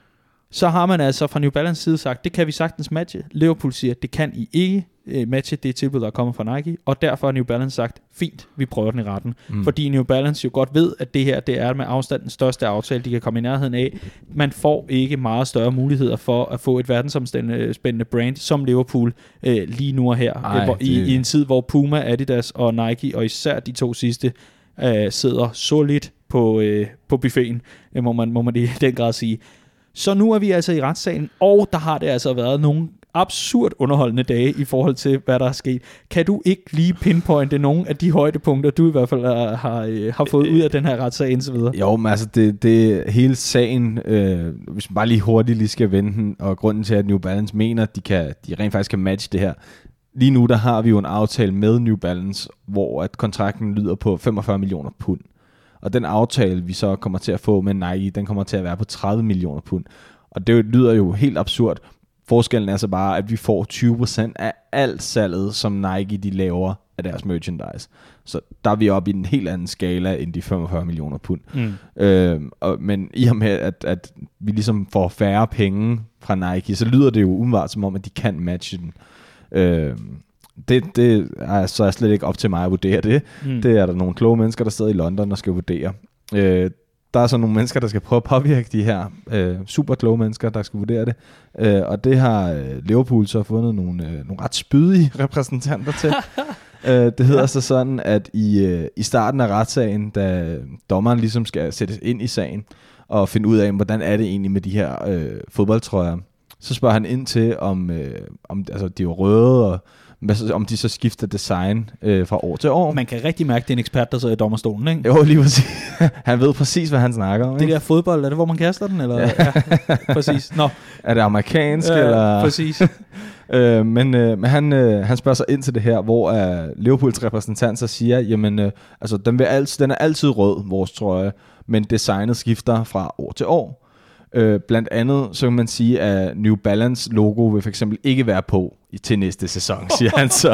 så har man altså fra New Balance side sagt, det kan vi sagtens matche. Liverpool siger, det kan I ikke uh, matche det tilbud, der er kommet fra Nike, og derfor har New Balance sagt, fint, vi prøver den i retten. Mm. Fordi New Balance jo godt ved, at det her, det er med afstand den største aftale, de kan komme i nærheden af. Man får ikke meget større muligheder for at få et verdensomspændende brand som Liverpool uh, lige nu og her. Ej, hvor, det... i, I en tid, hvor Puma, Adidas og Nike, og især de to sidste, uh, sidder solidt på, uh, på buffeten, uh, må, man, må man i den grad sige. Så nu er vi altså i retssagen, og der har det altså været nogle absurd underholdende dage i forhold til, hvad der er sket. Kan du ikke lige pinpointe nogle af de højdepunkter, du i hvert fald har, har, har fået ud af den her retssag indtil videre? Jo, men altså det, det hele sagen, øh, hvis man bare lige hurtigt lige skal vende den, og grunden til, at New Balance mener, at de, kan, de rent faktisk kan matche det her. Lige nu, der har vi jo en aftale med New Balance, hvor at kontrakten lyder på femogfyrre millioner pund. Og den aftale, vi så kommer til at få med Nike, den kommer til at være på tredive millioner pund. Og det lyder jo helt absurd. Forskellen er så bare, at vi får tyve procent af alt salget, som Nike de laver af deres merchandise. Så der er vi oppe i en helt anden skala end de femogfyrre millioner pund. Mm. Øh, og, men i og med, at, at vi ligesom får færre penge fra Nike, så lyder det jo umiddelbart som om, at de kan matche den. Øh, Det, det er så slet ikke op til mig at vurdere det. Mm. Det er der nogle kloge mennesker, der sidder i London og skal vurdere. Øh, der er så nogle mennesker, der skal prøve at påvirke de her øh, super kloge mennesker, der skal vurdere det. Øh, og det har øh, Liverpool så fundet nogle, øh, nogle ret spydige repræsentanter til. øh, det hedder ja. så sådan, at i, øh, i starten af retssagen, da dommeren ligesom skal sættes ind i sagen og finde ud af, hvordan er det egentlig med de her øh, fodboldtrøjer, så spørger han ind til, om, øh, om altså, de er røde og om de så skifter design øh, fra år til år. Man kan rigtig mærke, at det er en ekspert, der sidder i dommerstolen, ikke? Jo, lige præcis. Han ved præcis, hvad han snakker om. Det der fodbold, er det, hvor man kaster den? Eller? Ja. Ja, præcis. Nå. Er det amerikansk? Ja, eller? Præcis. øh, men øh, men han, øh, han spørger sig ind til det her, hvor øh, Liverpools repræsentant så siger, jamen, øh, altså, den, vil altid, den er altid rød, vores trøje, men designet skifter fra år til år. Øh, blandt andet, så kan man sige, at New Balance logo vil for eksempel ikke være på i, til næste sæson, siger han så.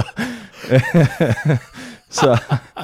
så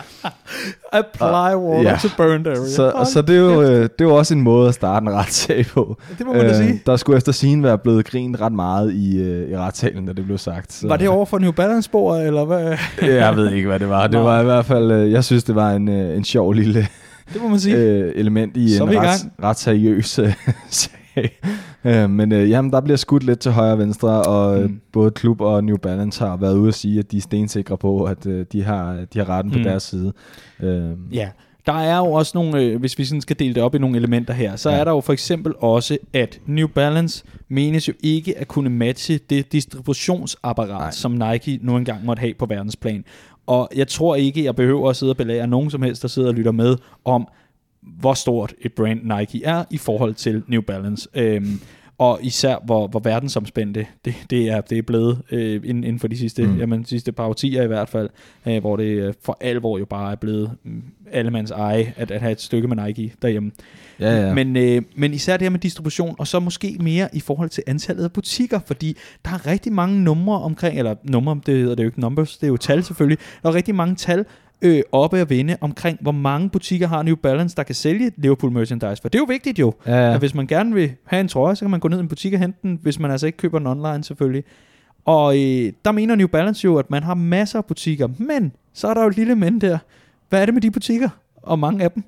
apply water ja. to burned area. Så, så det, er jo, det er jo også en måde at starte en retssag på. Det må man da sige. Der skulle efter sigende være blevet grint ret meget i, i retssalen, da det blev sagt. Så. Var det over for New Balance-sporet, eller hvad? Jeg ved ikke, hvad det var. Det var i hvert fald, jeg synes, det var en, en sjov lille det må man sige. Øh, element i så en ret, ret seriøs øh, sag. øh, men øh, jamen, der bliver skudt lidt til højre og venstre, og mm. både klub og New Balance har været ude at sige, at de er stensikre på, at øh, de, har, de har retten mm. på deres side. Øh. Ja, der er jo også nogle, øh, hvis vi sådan skal dele det op i nogle elementer her, så ja. er der jo for eksempel også, at New Balance menes jo ikke at kunne matche det distributionsapparat, Nej. som Nike nu engang måtte have på verdensplan. Og jeg tror ikke, jeg behøver at sidde og belære nogen som helst, der sidder og lytter med, om hvor stort et brand Nike er i forhold til New Balance. Øhm, og især hvor, hvor verdensomspændende det, det, er, det er blevet øh, inden, inden for de sidste, mm. jamen, de sidste par årtier i hvert fald, øh, hvor det øh, for alvor jo bare er blevet øh, allemands eje at, at have et stykke med Nike derhjemme. Ja, ja. Men, øh, men især det her med distribution, og så måske mere i forhold til antallet af butikker, fordi der er rigtig mange numre omkring, eller numre, det hedder det jo ikke numbers, det er jo tal selvfølgelig, der er rigtig mange tal øh, oppe at vinde omkring, hvor mange butikker har New Balance, der kan sælge Liverpool merchandise, for det er jo vigtigt jo, ja, ja. at hvis man gerne vil have en trøje, så kan man gå ned i en butik og hente den, hvis man altså ikke køber den online selvfølgelig. Og øh, der mener New Balance jo, at man har masser af butikker, men så er der jo et lille men der. Hvad er det med de butikker, og mange af dem?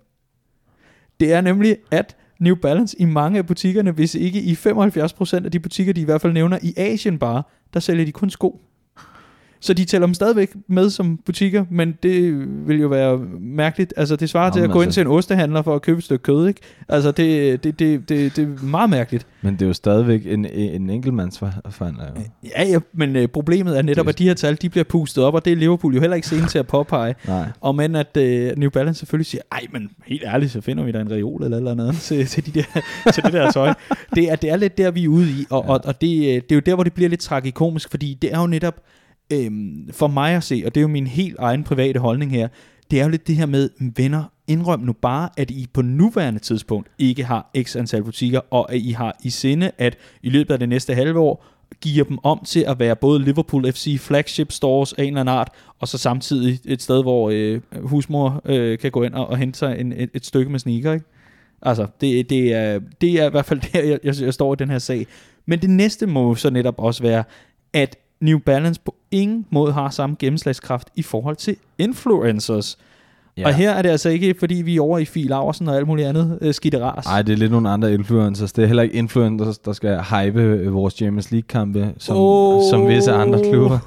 Det er nemlig, at New Balance i mange af butikkerne, hvis ikke i femoghalvfjerds procent af de butikker, de i hvert fald nævner i Asien bare, der sælger de kun sko. Så de tæller dem stadigvæk med som butikker, men det vil jo være mærkeligt. Altså det svarer Jamen, til at gå altså. ind til en ostehandler for at købe et stykke kød, ikke? Altså det, det, det, det, det er meget mærkeligt. Men det er jo stadigvæk en, en enkeltmandsforhandler. Ja, ja, men øh, problemet er netop, at de her tal, de bliver pustet op, og det er Liverpool jo heller ikke sent til at påpege. Og men at øh, New Balance selvfølgelig siger, ej, men helt ærligt, så finder vi der en reol eller eller andet til, til, de der, til det der tøj. Det er, det er lidt der, vi er ude i, og, ja. og, og det, det er jo der, hvor det bliver lidt tragikomisk, fordi det er jo netop, Øhm, for mig at se, og det er jo min helt egen private holdning her, det er jo lidt det her med, venner, indrøm nu bare, at I på nuværende tidspunkt ikke har x antal butikker, og at I har i sinde, at i løbet af det næste halve år, giver dem om til at være både Liverpool F C flagship stores af en eller anden art, og så samtidig et sted, hvor øh, husmor øh, kan gå ind og, og hente sig en, et, et stykke med sneaker, ikke? Altså, det, det, er, det er i hvert fald der, jeg, jeg, jeg står i den her sag. Men det næste må så netop også være, at New Balance på ingen måde har samme gennemslagskraft i forhold til influencers. Ja. Og her er det altså ikke, fordi vi er over i Fie Laursen og alt muligt andet øh, skidteras. Nej, det er lidt nogle andre influencers. Det er heller ikke influencers, der skal hype vores Champions League-kampe, som, oh. som visse andre klubber.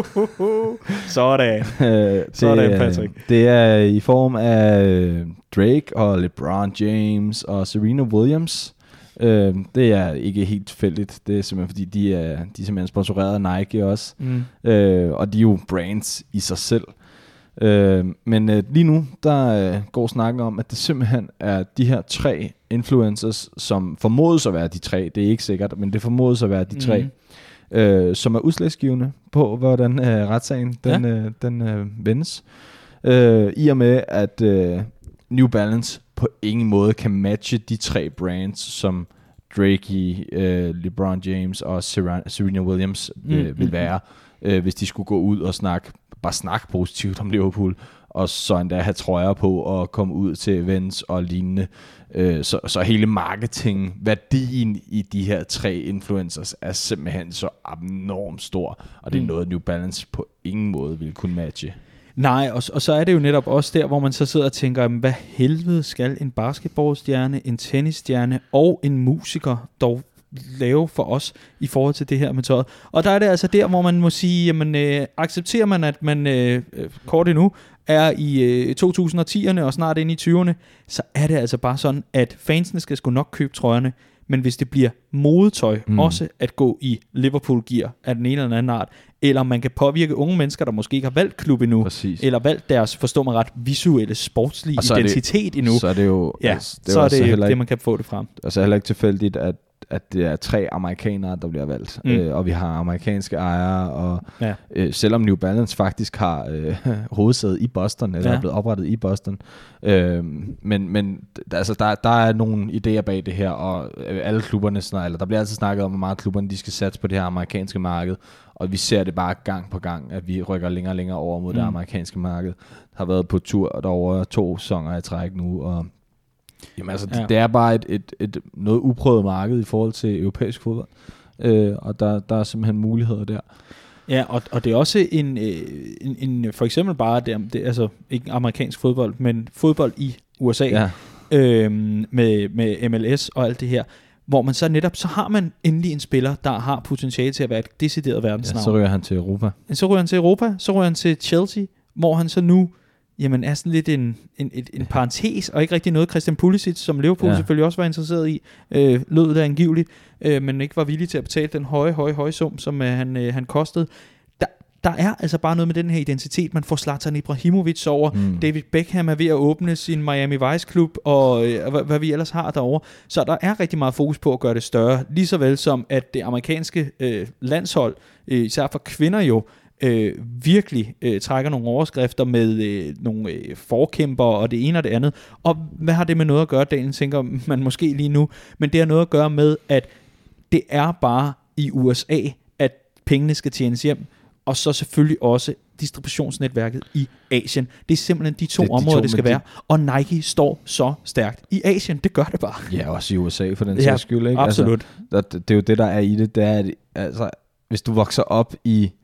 Sådan. det, Sådan, Patrick. Det er i form af Drake og LeBron James og Serena Williams. Øh, det er ikke helt tilfældigt. Det er simpelthen fordi, de er, de er simpelthen sponsoreret af Nike også. Mm. Øh, og de er jo brands i sig selv. Øh, men øh, lige nu, der øh, går snakken om, at det simpelthen er de her tre influencers, som formodes at være de tre, det er ikke sikkert, men det formodes at være de tre, mm. øh, som er udslagsgivende på, hvordan øh, retssagen den, ja. øh, den øh, vendes. Øh, I og med, at øh, New Balance på ingen måde kan matche de tre brands, som Drake, øh, LeBron James og Serena Williams øh, mm. vil være, øh, hvis de skulle gå ud og snakke bare snakke positivt om Liverpool, og så endda have trøjer på og komme ud til events og lignende. Øh, så, så hele marketing, værdien i de her tre influencers er simpelthen så abnormt stor, og det er noget, New Balance på ingen måde vil kunne matche. Nej, og, og så er det jo netop også der, hvor man så sidder og tænker, hvad helvede skal en basketballstjerne, en tennisstjerne og en musiker dog lave for os i forhold til det her med tøjet. Og der er det altså der, hvor man må sige, jamen, øh, accepterer man, at man øh, kort endnu er i øh, to tusind og tierne og snart ind i tyverne, så er det altså bare sådan, at fansene skal sgu nok købe trøjerne, men hvis det bliver modetøj, mm. også at gå i Liverpool-gear af den ene eller anden art, eller man kan påvirke unge mennesker, der måske ikke har valgt klub endnu, Præcis. eller valgt deres, forstå mig ret, visuelle, sportslige identitet det, endnu, så er det jo, ja, altså, det så er det det, ikke, man kan få det frem. Altså heller ikke tilfældigt, at at det er tre amerikanere, der bliver valgt. Mm. Øh, og vi har amerikanske ejere, og ja. øh, selvom New Balance faktisk har øh, hovedsæde i Boston, eller ja. er blevet oprettet i Boston. Øh, men men altså, der, der er nogle idéer bag det her, og øh, alle klubberne, sådan, eller der bliver altid snakket om, hvor meget klubberne de skal satse på det her amerikanske marked, og vi ser det bare gang på gang, at vi rykker længere og længere over mod mm. det amerikanske marked. Har været på tur derovre to sæsoner i træk nu, og jamen altså, ja. det, det er bare et, et, et noget uprøvet marked i forhold til europæisk fodbold, øh, og der, der er simpelthen muligheder der. Ja, og, og det er også en, en, en for eksempel bare, det, det er altså ikke amerikansk fodbold, men fodbold i U S A, ja. øh, med, med M L S og alt det her, hvor man så netop, så har man endelig en spiller, der har potentiale til at være et decideret verdensnavn. Ja, så ryger han til Europa. Så ryger han til Europa, så ryger han til Chelsea, hvor han så nu jamen er sådan lidt en, en, en, en parentes, og ikke rigtig noget Christian Pulisic, som Liverpool ja. selvfølgelig også var interesseret i, øh, lød det angiveligt, øh, men ikke var villig til at betale den høje, høje, høje sum, som øh, han, øh, han kostede. Der, der er altså bare noget med den her identitet. Man får Zlatan Ibrahimovic over, mm. David Beckham er ved at åbne sin Miami Vice-klub, og øh, hvad, hvad vi ellers har derovre. Så der er rigtig meget fokus på at gøre det større, lige så vel som at det amerikanske øh, landshold, øh, især for kvinder jo, Øh, virkelig øh, trækker nogle overskrifter med øh, nogle øh, forkæmper og det ene og det andet. Og hvad har det med noget at gøre, Daniel, tænker man måske lige nu? Men det har noget at gøre med, at det er bare i U S A, at pengene skal tjenes hjem, og så selvfølgelig også distributionsnetværket i Asien. Det er simpelthen de to det, de områder, to, det skal være. De... Og Nike står så stærkt i Asien. Det gør det bare. Ja, også i U S A for den sags ja, skyld. Ikke? Absolut. Altså, det, det er jo det, der er i det. Det er, at, altså, hvis du vokser op i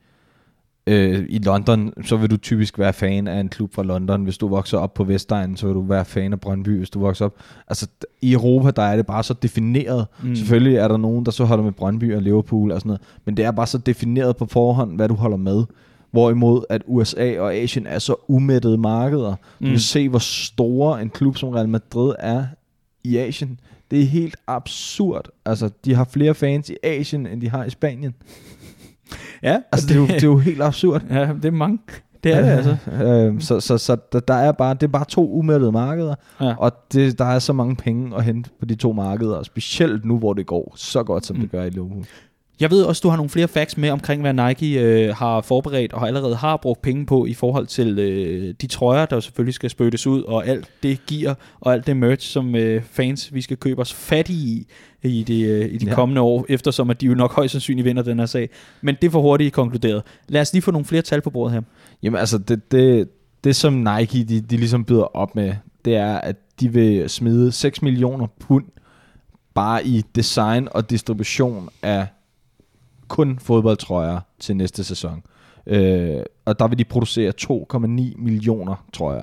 i London, så vil du typisk være fan af en klub fra London. Hvis du vokser op på Vestegnen, så vil du være fan af Brøndby. Hvis du vokser op... Altså, i Europa, der er det bare så defineret. Mm. Selvfølgelig er der nogen, der så holder med Brøndby og Liverpool og sådan noget, men det er bare så defineret på forhånd, hvad du holder med. Hvorimod, at U S A og Asien er så umættede markeder. Du mm. kan se, hvor store en klub som Real Madrid er i Asien. Det er helt absurd. Altså, de har flere fans i Asien, end de har i Spanien. Ja, altså det, det, er jo, det er jo helt absurd. Ja, det er mange. Det er det altså. øh, så så, så der, der er bare, det er bare to umættede markeder, ja. Og det, der er så mange penge at hente på de to markeder, specielt nu, hvor det går så godt, som mm. det gør i Liverpool. Jeg ved også, du har nogle flere facts med omkring, hvad Nike øh, har forberedt og allerede har brugt penge på i forhold til øh, de trøjer, der selvfølgelig skal spyttes ud, og alt det gear og alt det merch, som øh, fans vi skal købe os fat i i de, øh, i de ja. kommende år, eftersom at de jo nok højst sandsynligt vinder den her sag. Men det er for hurtigt konkluderet. Lad os lige få nogle flere tal på bordet her. Jamen altså, det, det, det som Nike, de, de ligesom byder op med, det er, at de vil smide seks millioner pund bare i design og distribution af kun fodboldtrøjer til næste sæson. Øh, og der vil de producere to komma ni millioner trøjer.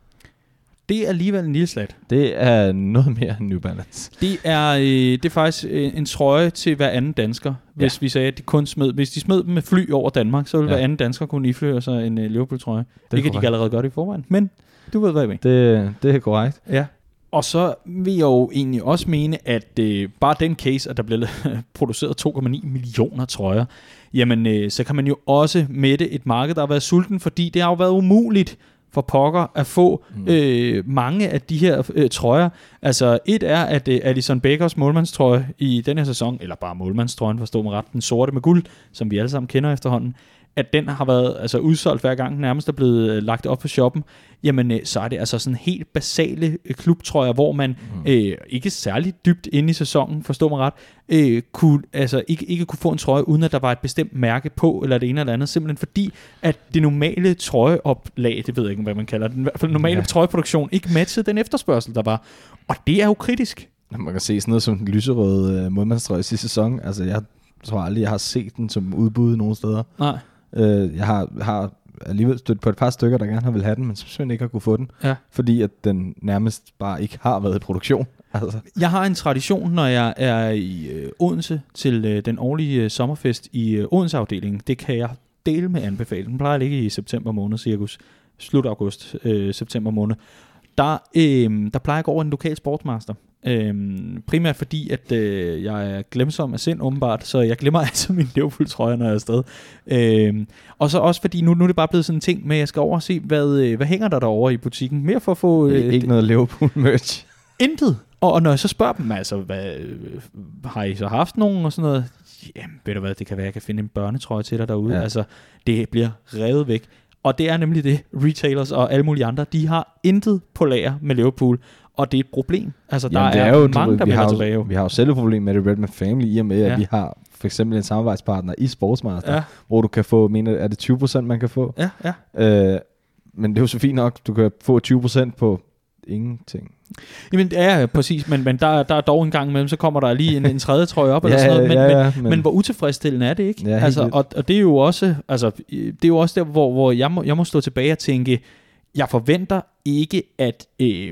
Det er alligevel en lille slat. Det er noget mere end New Balance. Det er, øh, det er faktisk øh, en trøje til hver anden dansker. Hvis ja. vi sagde, at de kun smed, hvis de smed dem med fly over Danmark, så ville ja. hver anden dansker kunne iføre sig en øh, Liverpool-trøje. Det ikke, at de kan allerede gøre det i forvejen, men du ved, hvad jeg mener. Det, det er korrekt. Ja. Og så vil jeg jo egentlig også mene, at øh, bare den case, at der bliver produceret to komma ni millioner trøjer, jamen øh, så kan man jo også mætte et marked, der har været sulten, fordi det har jo været umuligt for pokker at få mm. øh, mange af de her øh, trøjer. Altså et er, at øh, Alisson Beckers målmandstrøje i den her sæson, eller bare målmandstrøjen, forstå mig ret, den sorte med guld, som vi alle sammen kender efterhånden, at den har været altså udsolgt hver gang, den nærmest er blevet øh, lagt op på shoppen, jamen øh, så er det altså sådan helt basale øh, klubtrøjer, hvor man mm. øh, ikke særligt dybt inde i sæsonen, forstår mig ret, øh, kunne, altså ikke, ikke kunne få en trøje, uden at der var et bestemt mærke på, eller det ene eller andet, simpelthen fordi, at det normale trøjeoplag, det ved jeg ikke, hvad man kalder den, i hvert fald normale ja. trøjeproduktion, ikke matchede den efterspørgsel, der var. Og det er jo kritisk. Man kan se sådan noget som den lyserøde øh, målmandstrøje sidste sæson. Altså jeg tror aldrig, jeg har set den som udbud nogen steder. Nej. Øh, jeg har, har alligevel stødt på et par stykker, der gerne har vil have den, men simpelthen ikke har kunne få den, ja. fordi at den nærmest bare ikke har været i produktion. Altså. Jeg har en tradition, når jeg er i øh, Odense til øh, den årlige øh, sommerfest i øh, Odense-afdelingen. Det kan jeg dele med anbefale. Den plejer at ligge i september måned, cirkus slut august, øh, september måned. Der, øh, der plejer jeg at gå over en lokal sportsmaster. Øhm, primært fordi, at øh, jeg er glemsom af sind, åbenbart, så jeg glemmer altid min Liverpool-trøje, når jeg er afsted. Øhm, og så også fordi, nu, nu er det bare blevet sådan en ting med, at jeg skal over og se, hvad, øh, hvad hænger der derovre i butikken. Mere for at få... Øh, ikke noget Liverpool-merch. Intet. Og, og når jeg så spørger dem, altså, hvad, øh, har I så haft nogen og sådan noget? Jamen, ved du hvad, det kan være, at jeg kan finde en børnetrøje til dig derude. Ja. Altså, det bliver revet væk. Og det er nemlig det, retailers og alle mulige andre, de har intet på lager med Liverpool. Og det er et problem. Altså, Jamen, der er, er jo, mange, der melder tilbage. Jo. Vi har jo selv et problem med det Redman Family, i og med, ja. at vi har for eksempel en samarbejdspartner i Sportsmaster, ja. hvor du kan få, mener, er det tyve procent, man kan få? Ja, ja. Øh, men det er jo så fint nok, du kan få tyve procent på ingenting. Jamen, ja, præcis, men, men der, der er dog en gang imellem, så kommer der lige en, en tredje trøje op, eller ja, sådan noget, men, ja, ja, men, men, men hvor utilfredsstillende er det ikke? Ja, altså, og, og det er jo også, altså, det er jo også der, hvor, hvor jeg, må, jeg må stå tilbage og tænke, jeg forventer ikke, at øh,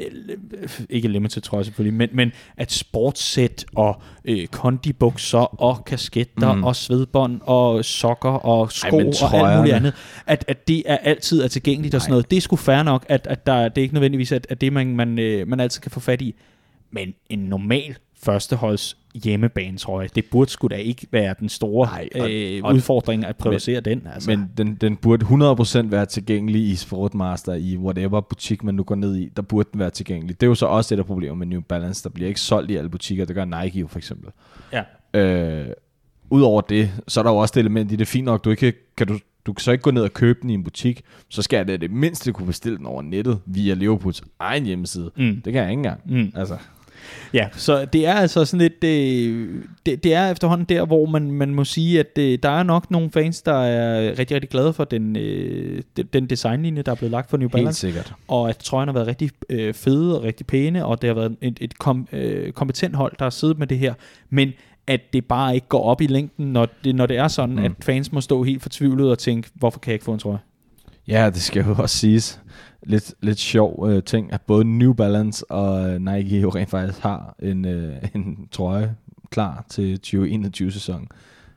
øh, ikke limited trøje selvfølgelig, men, men at sportssæt og øh, kondibukser og kasketter mm. og svedbånd og sokker og sko Ej, og alt muligt andet, at, at det er altid er tilgængeligt og sådan noget. Det er sgu fair nok, at, at der, det er ikke nødvendigvis at, at det man, man, øh, man altid kan få fat i. Men en normal førsteholds hjemmebanetrøje, det burde sgu da ikke være den store Ej, og, øh, og, udfordring at producere den. Altså. Men den, den burde hundrede procent være tilgængelig i Sportmaster, i whatever butik man nu går ned i, der burde den være tilgængelig. Det er jo så også et af problemet med New Balance, der bliver ikke solgt i alle butikker, det gør Nike jo for eksempel. Ja. Øh, Udover det, så er der jo også det element i det, fint nok, du ikke kan, du, du kan så ikke gå ned og købe den i en butik, så skal jeg da det mindste kunne bestille den over nettet via Liverpools egen hjemmeside. Mm. Det kan jeg ikke engang. Mm. Altså. Ja, så det er altså sådan lidt, det, det, det er efterhånden der, hvor man, man må sige, at det, der er nok nogle fans, der er rigtig, rigtig glade for den, øh, den designlinje, der er blevet lagt for New Balance. Helt sikkert. Og at trøjen har været rigtig øh, fede og rigtig pæne, og det har været et, et kom, øh, kompetent hold, der har siddet med det her. Men at det bare ikke går op i længden, når det, når det er sådan, mm. at fans må stå helt fortvivlet og tænke, hvorfor kan jeg ikke få en trøje? Ja, det skal jo også siges. Lidt, lidt sjov øh, ting, at både New Balance og Nike jo rent faktisk har en, øh, en trøje klar til tyve enogtyve-sæsonen.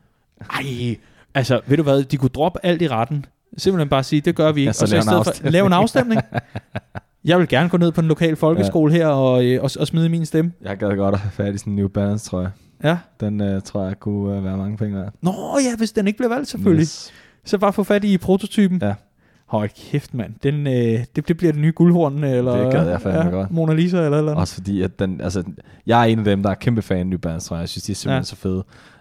Ej, altså ved du hvad, de kunne droppe alt i retten. Simpelthen bare sige, det gør vi ikke. Ja, så og så i stedet for lave en afstemning. Jeg vil gerne gå ned på den lokale folkeskole ja. her og, øh, og, og smide min stemme. Jeg gad godt at have fat i sådan en New Balance trøje. Ja. Den øh, tror jeg kunne øh, være mange penge værd. Nå ja, hvis den ikke bliver valgt selvfølgelig. Yes. Så bare få fat i prototypen. Ja. Hold kæft, mand. Den, øh, det, det bliver det nye guldhorn, eller det gad jeg fandme ja, godt. Mona Lisa, eller eller også fordi, at den, altså, jeg er en af dem, der er kæmpe fan af New Balance, tror jeg. Jeg synes, de er simpelthen ja. så fede.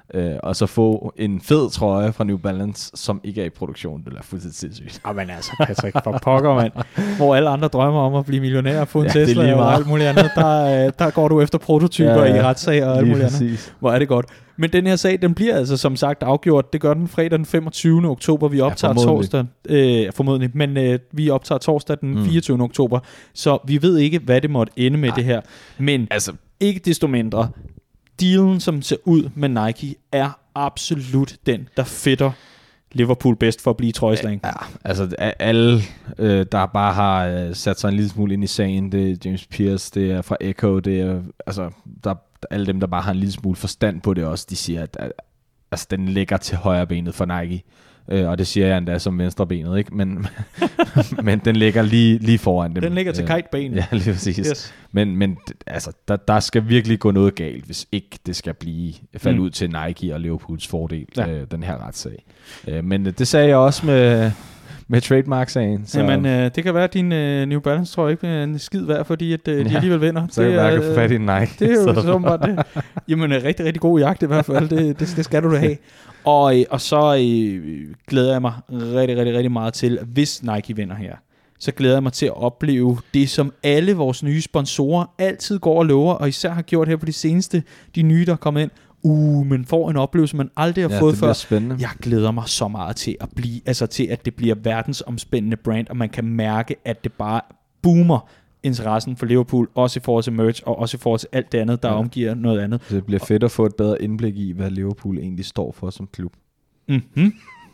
øh, og så få en fed trøje fra New Balance, som ikke er i produktion. Det er fuldstændig sindssygt. Ah, men altså, Patrick, for pokker, mand. Hvor alle andre drømmer om at blive millionær og få en Ja, Tesla og alt muligt andet, der, der går du efter prototyper ja, ja. i retssager og alt muligt andet. Hvor er det godt. Men den her sag, den bliver altså som sagt afgjort. Det gør den fredag den femogtyvende oktober. Vi optager ja, torsdag. Øh, formodentlig. Men øh, vi optager torsdag den mm. fireogtyvende oktober. Så vi ved ikke, hvad det måtte ende med Ej. det her. Men altså, ikke desto mindre, dealen, som ser ud med Nike, er absolut den, der fedter Liverpool bedst for at blive trøjeslang. Ja, altså alle, øh, der bare har øh, sat sig en lille smule ind i sagen, det er James Pierce, det er fra Echo, det er altså der, alle dem, der bare har en lille smule forstand på det også, de siger, at, at altså, den ligger til højre benet for Nike. Øh, og det siger jeg endda som venstrebenet, ikke? Men, men den ligger lige, lige foran dem. Den ligger til kitebenet. Ja, lige præcis. Yes. Men, men altså, der, der skal virkelig gå noget galt, hvis ikke det skal blive falde mm. ud til Nike og Liverpools fordel, ja. øh, den her retssag. Øh, men det sagde jeg også med, med trademark-sagen. Så. Jamen, øh, det kan være, at din øh, New Balance tror jeg ikke er en skid værd, fordi at, øh, de ja, alligevel vinder. Så det kan du få fat i en Nike. Det er jo så bare det. Jamen, en rigtig, rigtig god jagt i hvert fald. Det, det, det skal du da have. Og, og så øh, glæder jeg mig rigtig, rigtig, rigtig meget til, hvis Nike vinder her, så glæder jeg mig til at opleve det, som alle vores nye sponsorer altid går og lover, og især har gjort her på de seneste, de nye, der er kommet ind. Uh, men får en oplevelse, man aldrig har ja, fået før. Spændende. Jeg glæder mig så meget til at blive, altså til at det bliver verdensomspændende brand, og man kan mærke, at det bare boomer interessen for Liverpool, også i forhold til merch, og også i forhold til alt det andet, der ja. omgiver noget andet. Det bliver fedt at få et bedre indblik i, hvad Liverpool egentlig står for som klub. Mhm.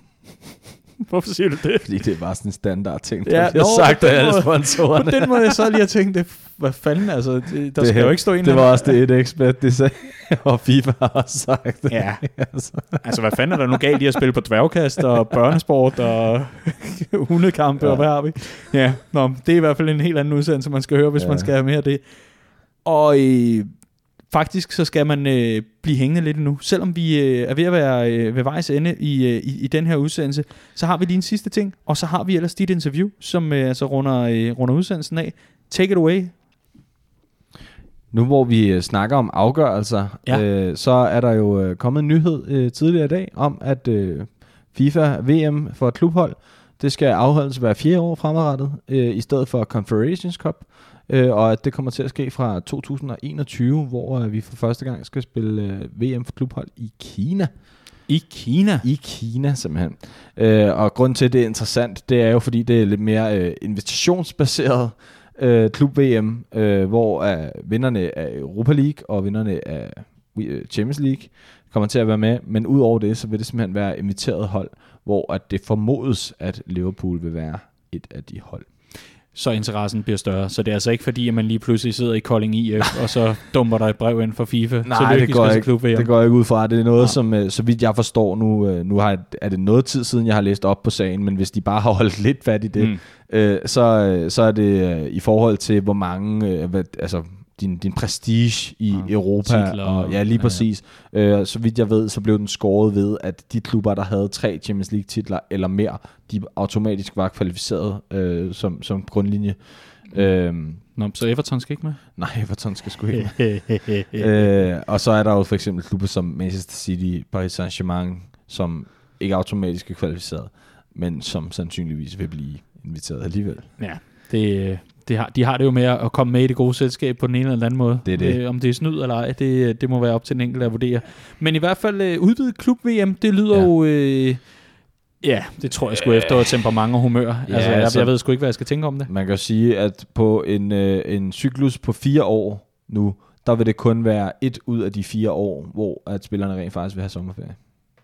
Hvorfor siger du det? Fordi det er bare sådan en standard ting, der ja, bliver nå, sagt af alle sponsorerne. På den måde, jeg så lige har tænkt, det, hvad fanden, altså, det, der det skal jo ikke stå en. Det var også det et ekspert, det sagde, og FIFA har også sagt det. Ja, altså. altså hvad fanden er der nu galt i at spille på dværgkast og børnesport og hundekampe ja. og hvad har vi? Ja, nå, det er i hvert fald en helt anden udsendelse, man skal høre, hvis ja. man skal have mere af det. Og øh, faktisk så skal man øh, blive hængende lidt nu. Selvom vi øh, er ved at være øh, ved vejs ende i, øh, i, i den her udsendelse, så har vi lige en sidste ting, og så har vi ellers dit interview, som øh, altså runder, øh, runder udsendelsen af. Take it away. Nu hvor vi øh, snakker om afgørelser, ja. øh, så er der jo øh, kommet en nyhed øh, tidligere i dag, om at øh, FIFA V M for et klubhold, det skal afholdes hver fjerde år fremadrettet, øh, i stedet for Confederations Cup. Øh, og at det kommer til at ske fra to tusind og enogtyve, hvor øh, vi for første gang skal spille øh, V M for klubhold i Kina. I Kina? I Kina, simpelthen. Øh, og grund til, at det er interessant, det er jo, fordi det er lidt mere øh, invitationsbaseret øh, klub-V M, øh, hvor øh, vinderne af Europa League og vinderne af øh, Champions League kommer til at være med. Men udover det, så vil det simpelthen være inviteret hold, hvor at det formodes, at Liverpool vil være et af de hold. Så interessen bliver større. Så det er altså ikke fordi, at man lige pludselig sidder i Kolding I F, og så dumper der et brev ind for FIFA. Nej, det går, ikke, det går ikke ud fra. Det er noget, ja. som, så vidt jeg forstår nu, nu har jeg, er det noget tid siden, jeg har læst op på sagen, men hvis de bare har holdt lidt fat i det, mm. øh, så, så er det i forhold til, hvor mange, øh, hvad, altså din, din prestige i ja, Europa. Titler, og, ja, lige præcis. Ja, ja. Øh, så vidt jeg ved, så blev den skåret ved, at de klubber, der havde tre Champions League titler eller mere, de automatisk var kvalificeret øh, som, som grundlinje. Mm. Øhm, Nå, så Everton skal ikke med? Nej, Everton skal sgu ikke med. øh, og så er der jo for eksempel klubber som Manchester City, Paris Saint-Germain, som ikke automatisk er kvalificeret, men som sandsynligvis vil blive inviteret alligevel. Ja, det Det har, de har det jo med at komme med i det gode selskab på den ene eller anden måde. Det er det. Øh, om det er snyd eller ej, det, det må være op til den enkelte at vurdere. Men i hvert fald øh, udvidet klub-V M, det lyder ja. jo... Øh, ja, det tror jeg sgu øh, efter temperament og humør. Ja, altså, jeg, altså, jeg ved sgu ikke, hvad jeg skal tænke om det. Man kan jo sige, at på en, øh, en cyklus på fire år nu, der vil det kun være et ud af de fire år, hvor at spillerne rent faktisk vil have sommerferie.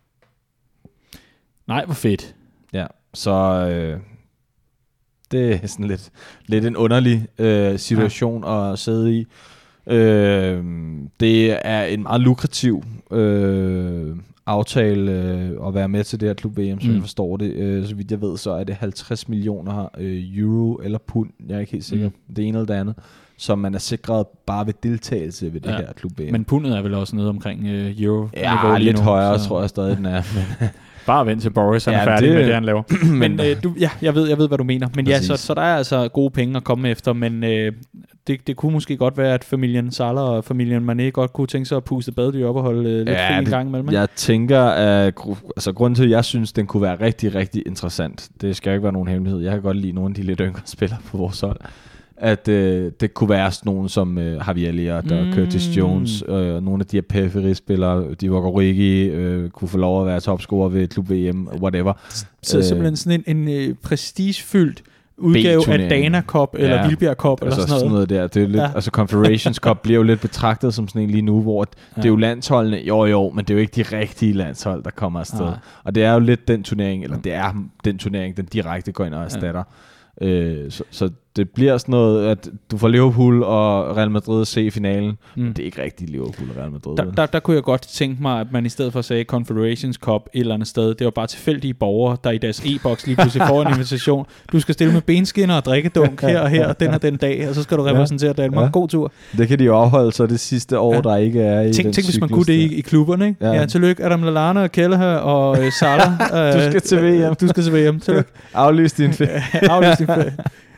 Nej, hvor fedt. Ja, så... Øh, det er sådan lidt, lidt en underlig øh, situation ja. at sidde i. Øh, det er en meget lukrativ øh, aftale øh, at være med til det her klub-V M, som mm. jeg forstår det. Øh, så vidt jeg ved, så er det halvtreds millioner øh, euro eller pund, jeg er ikke helt sikker, mm. det ene eller det andet, som man er sikret bare ved deltagelse ved det ja. her klub-V M. Men pundet er vel også nede omkring øh, euro? Ja, lidt nu, højere, så. tror jeg stadig, den er. Men, Bare vent til Boris, han Ja, er færdig det- med det, han laver. Men øh, du, ja, jeg ved, jeg ved, hvad du mener. Men Præcis. ja, så, så der er altså gode penge at komme efter, men øh, det, det kunne måske godt være, at familien Salah og familien Mané godt kunne tænke sig at puste badedyr op og holde øh, lidt fri en det- gang imellem. ikke? Jeg tænker, at gru- altså, grunden til, at jeg synes, den kunne være rigtig, rigtig interessant, det skal ikke være nogen hemmelighed. Jeg kan godt lide nogle af de lidt yngre spillere på vores hold. At øh, det kunne være sådan nogen som øh, Javier Elliott og Mm. Curtis Jones, øh, og nogle af de her periferispillere, Divock Origi, øh, kunne få lov at være topscorer ved Klub V M, whatever. Så Øh, simpelthen sådan en, en øh, prestigefyldt udgave af B-turnering. Dana Cup eller Ja. Vildbjerg Cup eller Altså sådan noget. der. Det er lidt, Ja. ja. Altså Confederations Cup bliver jo lidt betragtet som sådan en lige nu, hvor ja. det er jo landsholdene, jo jo, men det er jo ikke de rigtige landshold, der kommer afsted. Nej. Og det er jo lidt den turnering, eller det er den turnering, den direkte går ind og erstatter. Ja. Øh, så, så det bliver sådan noget, at du får Liverpool og Real Madrid at se i finalen, mm. men det er ikke rigtig Liverpool og Real Madrid. Der, der, der kunne jeg godt tænke mig, at man i stedet for at sige Confederations Cup et eller andet sted, det var bare tilfældige borgere, der i deres e-boks lige pludselig får en invitation. Du skal stille med benskinner og drikkedunk her og her, den og den dag, og så skal du repræsentere Danmark. Ja. God tur. Det kan de jo afholde så det sidste år, Ja. der ikke er i Tænk, den tænk hvis man cyklus kunne det der. i, i klubberne, ikke? Ja, Ja. ja tillykke Adam Lallana og Kelleher og øh, Salah. Du skal til V M. Du skal til V M. Tillykke. Aflys din ferie. Aflyst din ferie.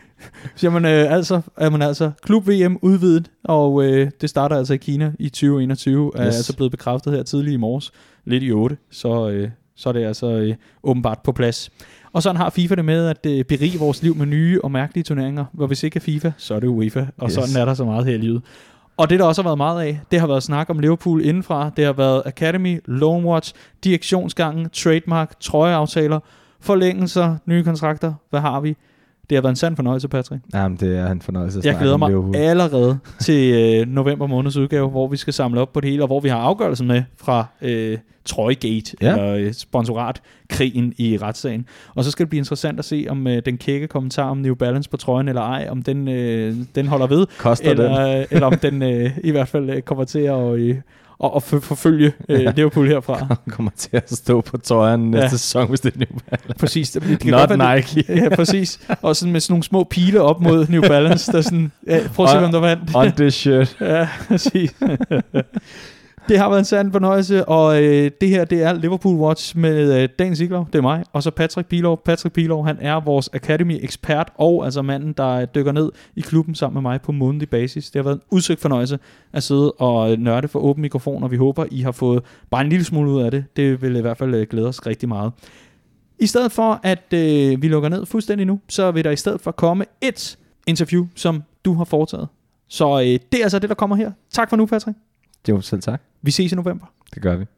Så jamen, øh, altså, jamen altså, Klub V M udvidet, og øh, det starter altså i Kina i tyve enogtyve, er Yes. altså blevet bekræftet her tidlig i morges, lidt i otte, så, øh, så er det altså øh, åbenbart på plads. Og sådan har FIFA det med at øh, berige vores liv med nye og mærkelige turneringer, hvor hvis ikke er FIFA, så er det UEFA, og Yes. sådan er der så meget her i livet. Og det, der også har været meget af, det har været snak om Liverpool indenfra, det har været Academy, Loan Watch, direktionsgangen, trademark, trøjeaftaler, forlængelser, nye kontrakter, hvad har vi? Det har været en sand fornøjelse, Patrick. Jamen, det er en fornøjelse at Jeg snakke glæder om mig Liverpool. allerede til øh, november måneds udgave, hvor vi skal samle op på det hele, og hvor vi har afgørelsen med fra øh, Trøjegate, Ja. eller øh, sponsoratkrigen i retssagen. Og så skal det blive interessant at se, om øh, den kække kommentar om New Balance på trøjen eller ej, om den, øh, den holder ved, Koster eller, den? øh, eller om den øh, i hvert fald øh, kommer til at... Øh, og, og forfølge øh, Liverpool herfra. kommer til at stå på tøjerne næste Ja. sæson, hvis det er New Balance. Præcis. Det, det kan Not godt være, Nike. Det, ja, præcis. Og sådan med sådan nogle små pile op mod New Balance, der sådan, ja, prøv at se, hvem der vandt. On this shirt. Ja, præcis. Det har været en sand fornøjelse, og øh, det her, det er Liverpool Watch med øh, Dan Ziegler, det er mig, og så Patrick Pilov. Patrick Pilov, han er vores Academy-ekspert, og altså manden, der dykker ned i klubben sammen med mig på månedlig basis. Det har været en udsøgt fornøjelse at sidde og nørde for åben mikrofon, og vi håber, I har fået bare en lille smule ud af det. Det vil i hvert fald øh, glæde os rigtig meget. I stedet for, at øh, vi lukker ned fuldstændig nu, så vil der i stedet for komme et interview, som du har foretaget. Så øh, det er altså det, der kommer her. Tak for nu, Patrick. Jo, selv tak. Vi ses i november. Det gør vi.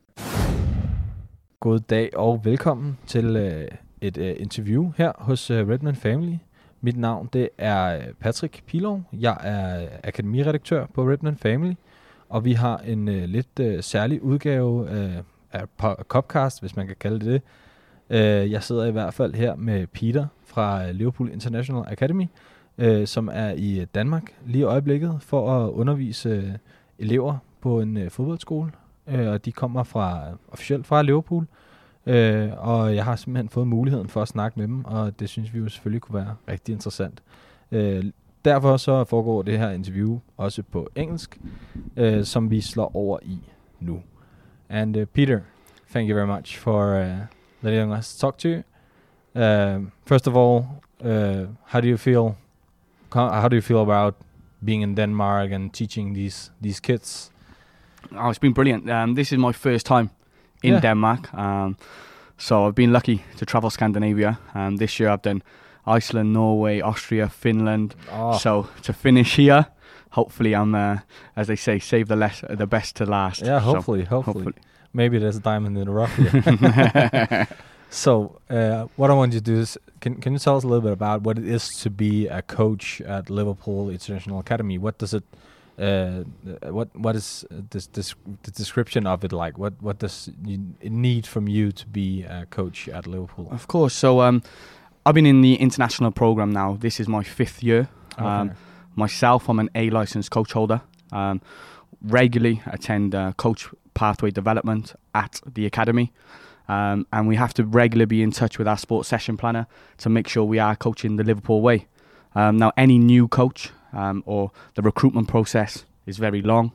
God dag og velkommen til øh, et øh, interview her hos øh, Redman Family. Mit navn det er Patrick Pilov. Jeg er akademiredaktør på Redman Family, og vi har en øh, lidt øh, særlig udgave øh, af po- Copcast, hvis man kan kalde det det. Øh, jeg sidder i hvert fald her med Peter fra Liverpool International Academy, øh, som er i Danmark lige i øjeblikket for at undervise øh, elever på en øh, fodboldskole, øh, og de kommer fra officielt fra Liverpool, øh, og jeg har simpelthen fået muligheden for at snakke med dem, og det synes vi jo selvfølgelig kunne være rigtig interessant. Øh, derfor så foregår det her interview også på engelsk, øh, som vi slår over i nu. And uh, Peter, thank you very much for uh, letting us talk to you. Uh, first of all, uh, how do you feel? How do you feel about being in Denmark and teaching these these kids? Oh, it's been brilliant. Um, this is my first time in Yeah. Denmark, um, so I've been lucky to travel Scandinavia. Um, this year I've done Iceland, Norway, Austria, Finland. Oh. So to finish here, hopefully I'm, uh, as they say, save the less, the best to last. Yeah, So, hopefully, hopefully, hopefully. Maybe there's a diamond in the rough here. So, uh, what I want you to do is, can can you tell us a little bit about what it is to be a coach at Liverpool International Academy? What does it, uh, what what is this, this the description of it like? What what does you, it need from you to be a coach at Liverpool? Of course. So um, I've been in the international program now. This is my fifth year. Um, Okay. Myself, I'm an A licensed coach holder. Um, regularly attend uh, coach pathway development at the academy. Um, and we have to regularly be in touch with our sports session planner to make sure we are coaching the Liverpool way. Um, now, any new coach um, or the recruitment process is very long.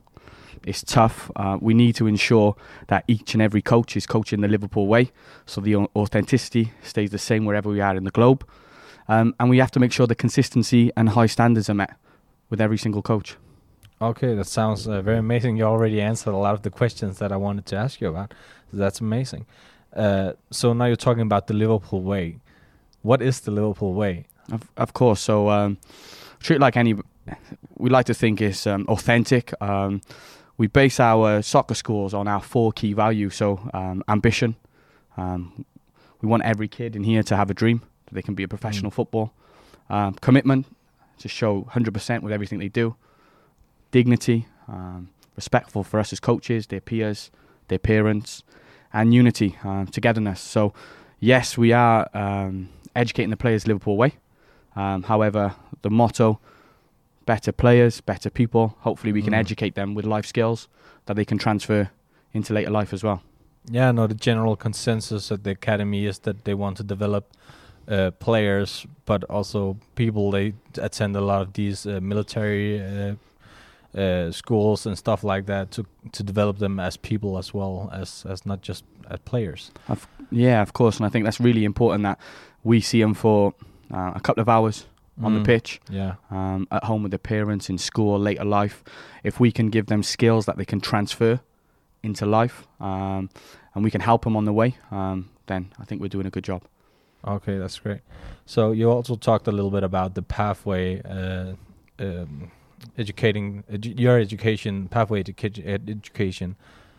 it's tough. Uh, we need to ensure that each and every coach is coaching the Liverpool way, so the authenticity stays the same wherever we are in the globe. Um, and we have to make sure the consistency and high standards are met with every single coach. Okay, that sounds uh, very amazing. You already answered a lot of the questions that I wanted to ask you about. So that's amazing. Uh, so now you're talking about the Liverpool way. What is the Liverpool way? Of, of course. So um, treat it like any. We like to think it's um, authentic. Um, we base our soccer schools on our four key values. So um, ambition. Um, we want every kid in here to have a dream that they can be a professional mm. football. Um, commitment, to show one hundred percent with everything they do. Dignity, um, respectful for us as coaches, their peers, their parents, and unity, um, togetherness. So, yes, we are um, educating the players Liverpool way. Um, however, the motto, better players, better people. Hopefully we can mm. educate them with life skills that they can transfer into later life as well. Yeah, no, the general consensus at the academy is that they want to develop uh, players, but also people. They attend a lot of these uh, military uh, uh, schools and stuff like that to to develop them as people as well as, as not just as players. Of, yeah, of course, and I think that's really important that we see them for uh, a couple of hours on Mm. the pitch, Yeah. um, at home with their parents, in school, later life. If we can give them skills that they can transfer into life, um, and we can help them on the way, um, then I think we're doing a good job. Okay, that's great. So you also talked a little bit about the pathway, uh, um, educating edu- your education pathway to kid ed- education.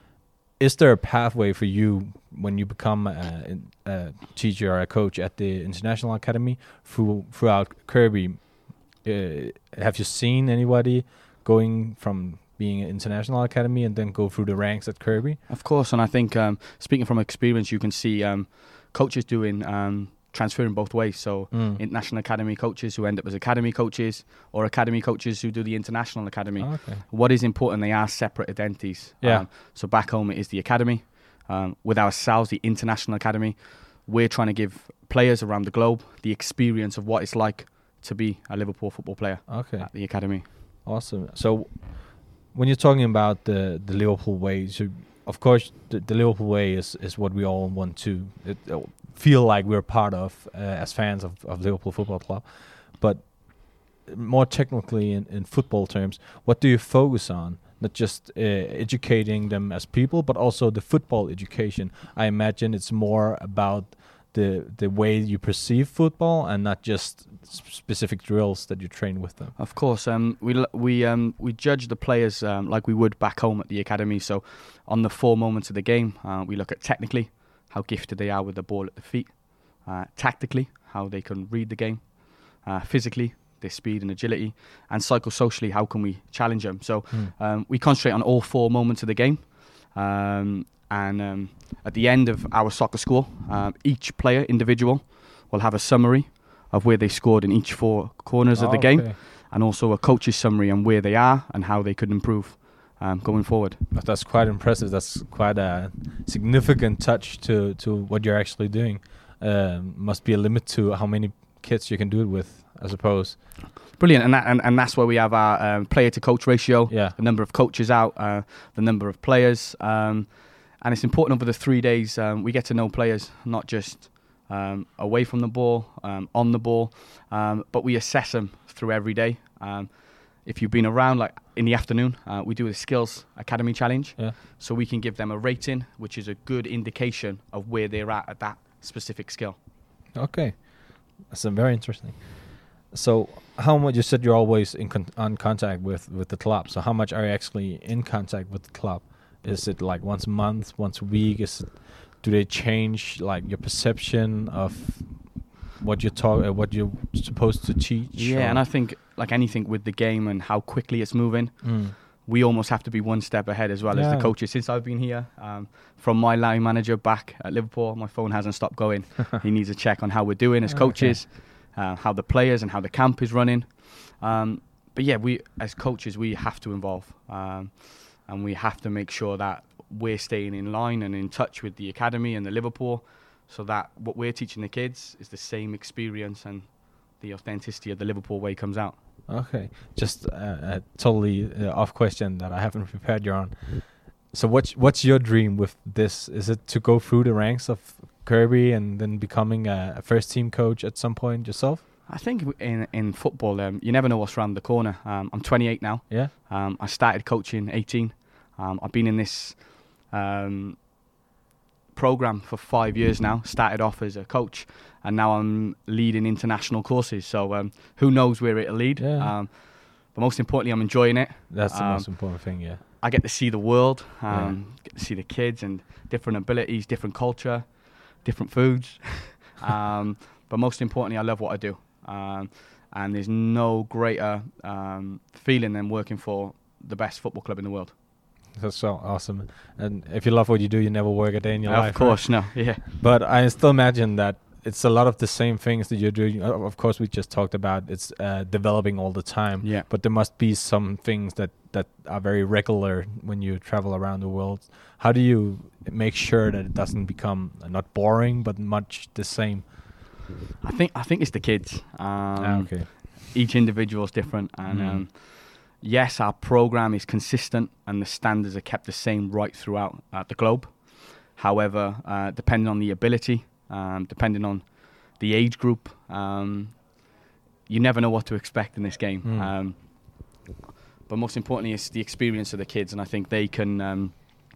Is there a pathway for you when you become a, a teacher or a coach at the International Academy through, throughout Kirkby? Uh, have you seen anybody going from being an International Academy and then go through the ranks at Kirkby? Of course, and I think um, speaking from experience, you can see um, coaches doing um, transferring both ways. So Mm. International Academy coaches who end up as academy coaches, or academy coaches who do the International Academy. Oh, okay. What is important, they are separate identities. Yeah. Um, so back home it is the academy. Um, with ourselves, the International Academy, we're trying to give players around the globe the experience of what it's like to be a Liverpool football player Okay. at the academy. Awesome. So when you're talking about the, the Liverpool way, so of course the, the Liverpool way is, is what we all want to it, uh, feel like we're part of uh, as fans of, of Liverpool Football Club. But more technically in, in football terms, what do you focus on? Not just uh, educating them as people, but also the football education. I imagine it's more about the the way you perceive football and not just s- specific drills that you train with them. Of course, um, we l- we um, we judge the players um, like we would back home at the academy. So, on the four moments of the game, uh, we look at technically how gifted they are with the ball at the feet, uh, tactically how they can read the game, uh, physically their speed and agility, and psychosocially how can we challenge them. So, Mm. um, we concentrate on all four moments of the game, um, and um, at the end of our soccer school, um, each player individual will have a summary of where they scored in each four corners of the game, Okay. and also a coach's summary on where they are and how they could improve um, going forward. But that's quite impressive. That's quite a significant touch to, to what you're actually doing. Um, must be a limit to how many kids you can do it with, I suppose. Brilliant, and that, and, and that's where we have our um, player to coach ratio, Yeah. the number of coaches out, uh, the number of players, um, and it's important over the three days um, we get to know players, not just um, away from the ball, um, on the ball, um, but we assess them through every day. Um, if you've been around, like in the afternoon, uh, we do a skills academy challenge, Yeah. so we can give them a rating, which is a good indication of where they're at at that specific skill. Okay. That's uh, very interesting. So how much, you said you're always in con- on contact with, with the club. So how much are you actually in contact with the club? Is it like once a month, once a week? Is it, do they change like your perception of what you talk, uh, what you're supposed to teach? Yeah, or- and I think like anything with the game and how quickly it's moving, Mm. we almost have to be one step ahead as well as Yeah. the coaches. Since I've been here, um, from my line manager back at Liverpool, my phone hasn't stopped going. He needs to check on how we're doing as Okay. coaches, uh, how the players and how the camp is running. Um, but yeah, we as coaches, we have to involve, um, and we have to make sure that we're staying in line and in touch with the academy and the Liverpool, so that what we're teaching the kids is the same experience and the authenticity of the Liverpool way comes out. Okay, just uh, a totally uh, off question that I haven't prepared you on. So what's what's your dream with this? Is it to go through the ranks of Kirkby and then becoming a, a first team coach at some point yourself? I think in in football, um, you never know what's around the corner. Um, I'm twenty-eight now. Yeah. Um, I started coaching eighteen. Um, I've been in this um, program for five years now. Started off as a coach, and now I'm leading international courses. So um, who knows where it'll lead? Yeah. Um, but most importantly, I'm enjoying it. That's the Um, most important thing, yeah. I get to see the world, um, Yeah. get to see the kids and different abilities, different culture, different foods. um, but most importantly, I love what I do. Um, and there's no greater um, feeling than working for the best football club in the world. That's so awesome. And if you love what you do, you never work a day in your Of life. course, no, yeah. Right? But I still imagine that it's a lot of the same things that you're doing. Uh, Of course, we just talked about it's uh, developing all the time. Yeah. But there must be some things that, that are very regular when you travel around the world. How do you make sure that it doesn't become uh, not boring, but much the same? I think I think it's the kids. Um, ah, okay. Each individual is different, and Mm. um, yes, our program is consistent, and the standards are kept the same right throughout uh, the globe. However, uh, depending on the ability, um, depending on the age group, um, you never know what to expect in this game. Mm. Um, but most importantly, it's the experience of the kids, and I think they can. Um,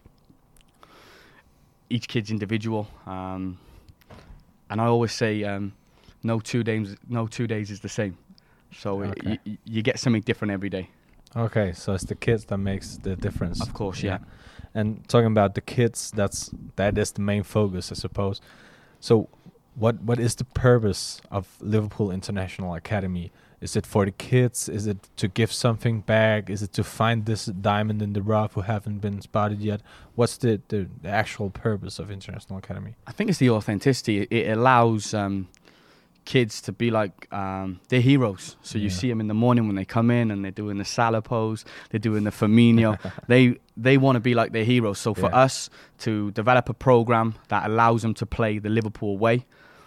each kid's individual. Um, And I always say, um, no two days, no two days is the same. So Okay. it, y- you get something different every day. Okay, so it's the kids that makes the difference. Of course, yeah. And talking about the kids, that's that is the main focus, I suppose. So, what what is the purpose of Liverpool International Academy? Is it for the kids? Is it to give something back? Is it to find this diamond in the rough who haven't been spotted yet? What's the, the, the actual purpose of International Academy? I think it's the authenticity. It, it allows um, kids to be like um, they're heroes. So you Yeah. see them in the morning when they come in and they're doing the Salah pose, they're doing the Firmino. they they want to be like their heroes. So for Yeah. us to develop a program that allows them to play the Liverpool way,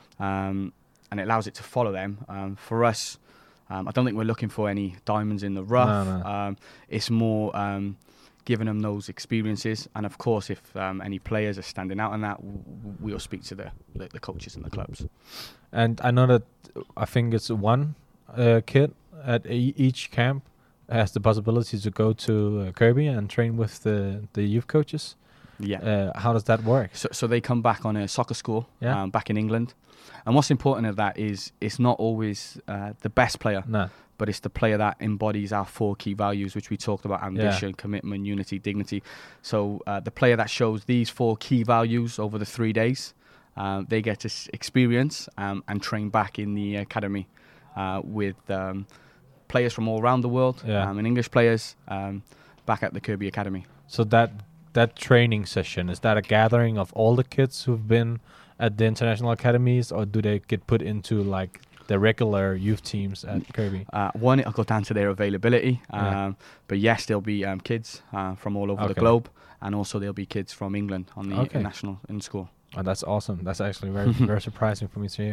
um, and it allows it to follow them. Um, for us, um, I don't think we're looking for any diamonds in the rough. No, no. Um, it's more um, giving them those experiences, and of course, if um, any players are standing out on that, w- w- we'll speak to the, the the coaches and the clubs. And I know that I think it's one uh, kid at e- each camp has the possibility to go to uh, Kirkby and train with the, the youth coaches. Yeah. Uh, how does that work? So, so they come back on a soccer school Yeah. um, back in England, and what's important of that is it's not always uh, the best player, No. but it's the player that embodies our four key values, which we talked about: ambition, commitment, unity, dignity. So uh, the player that shows these four key values over the three days, uh, they get to s- experience um, and train back in the academy uh, with um, players from all around the world, Yeah. um, and English players um, back at the Kirkby Academy. So that that training session, is that a gathering of all the kids who've been at the international academies, or do they get put into like the regular youth teams at Kirkby? Uh, one, it'll go down to their availability. Um, Yeah. But yes, there'll be um, kids uh, from all over Okay. the globe, and also there'll be kids from England on the Okay. national in school. Oh, that's awesome. That's actually very very surprising for me to hear.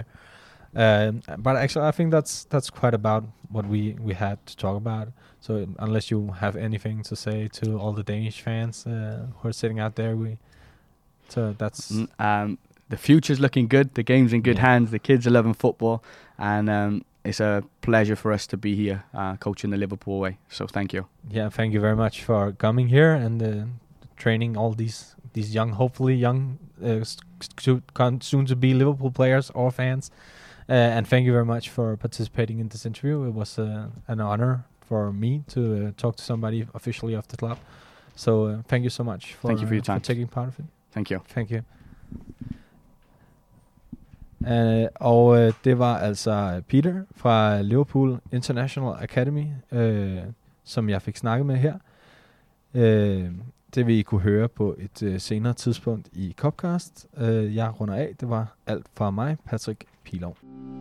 Um, but actually, I think that's that's quite about what we, we had to talk about. So um, unless you have anything to say to all the Danish fans uh, who are sitting out there, we so that's Mm, Um, the future's looking good. The game's in good Yeah. hands. The kids are loving football, and um, it's a pleasure for us to be here uh, coaching the Liverpool way. So thank you. yeah. Thank you very much for coming here and uh, training all these these young, hopefully young, uh, s- to con- soon to be Liverpool players or fans. Uh, and thank you very much for participating in this interview. It was uh, an honor for me to uh, talk to somebody officially of the club. So uh, thank you so much for, Thank you for your uh, time. taking part of it. Thank you. Thank you. Uh, og uh, det var altså Peter fra Liverpool International Academy, uh, som jeg fik snakket med her. Uh, det vil I kunne høre på et uh, senere tidspunkt i Copcast. Uh, jeg runder af. Det var alt fra mig, Patrick Pilov.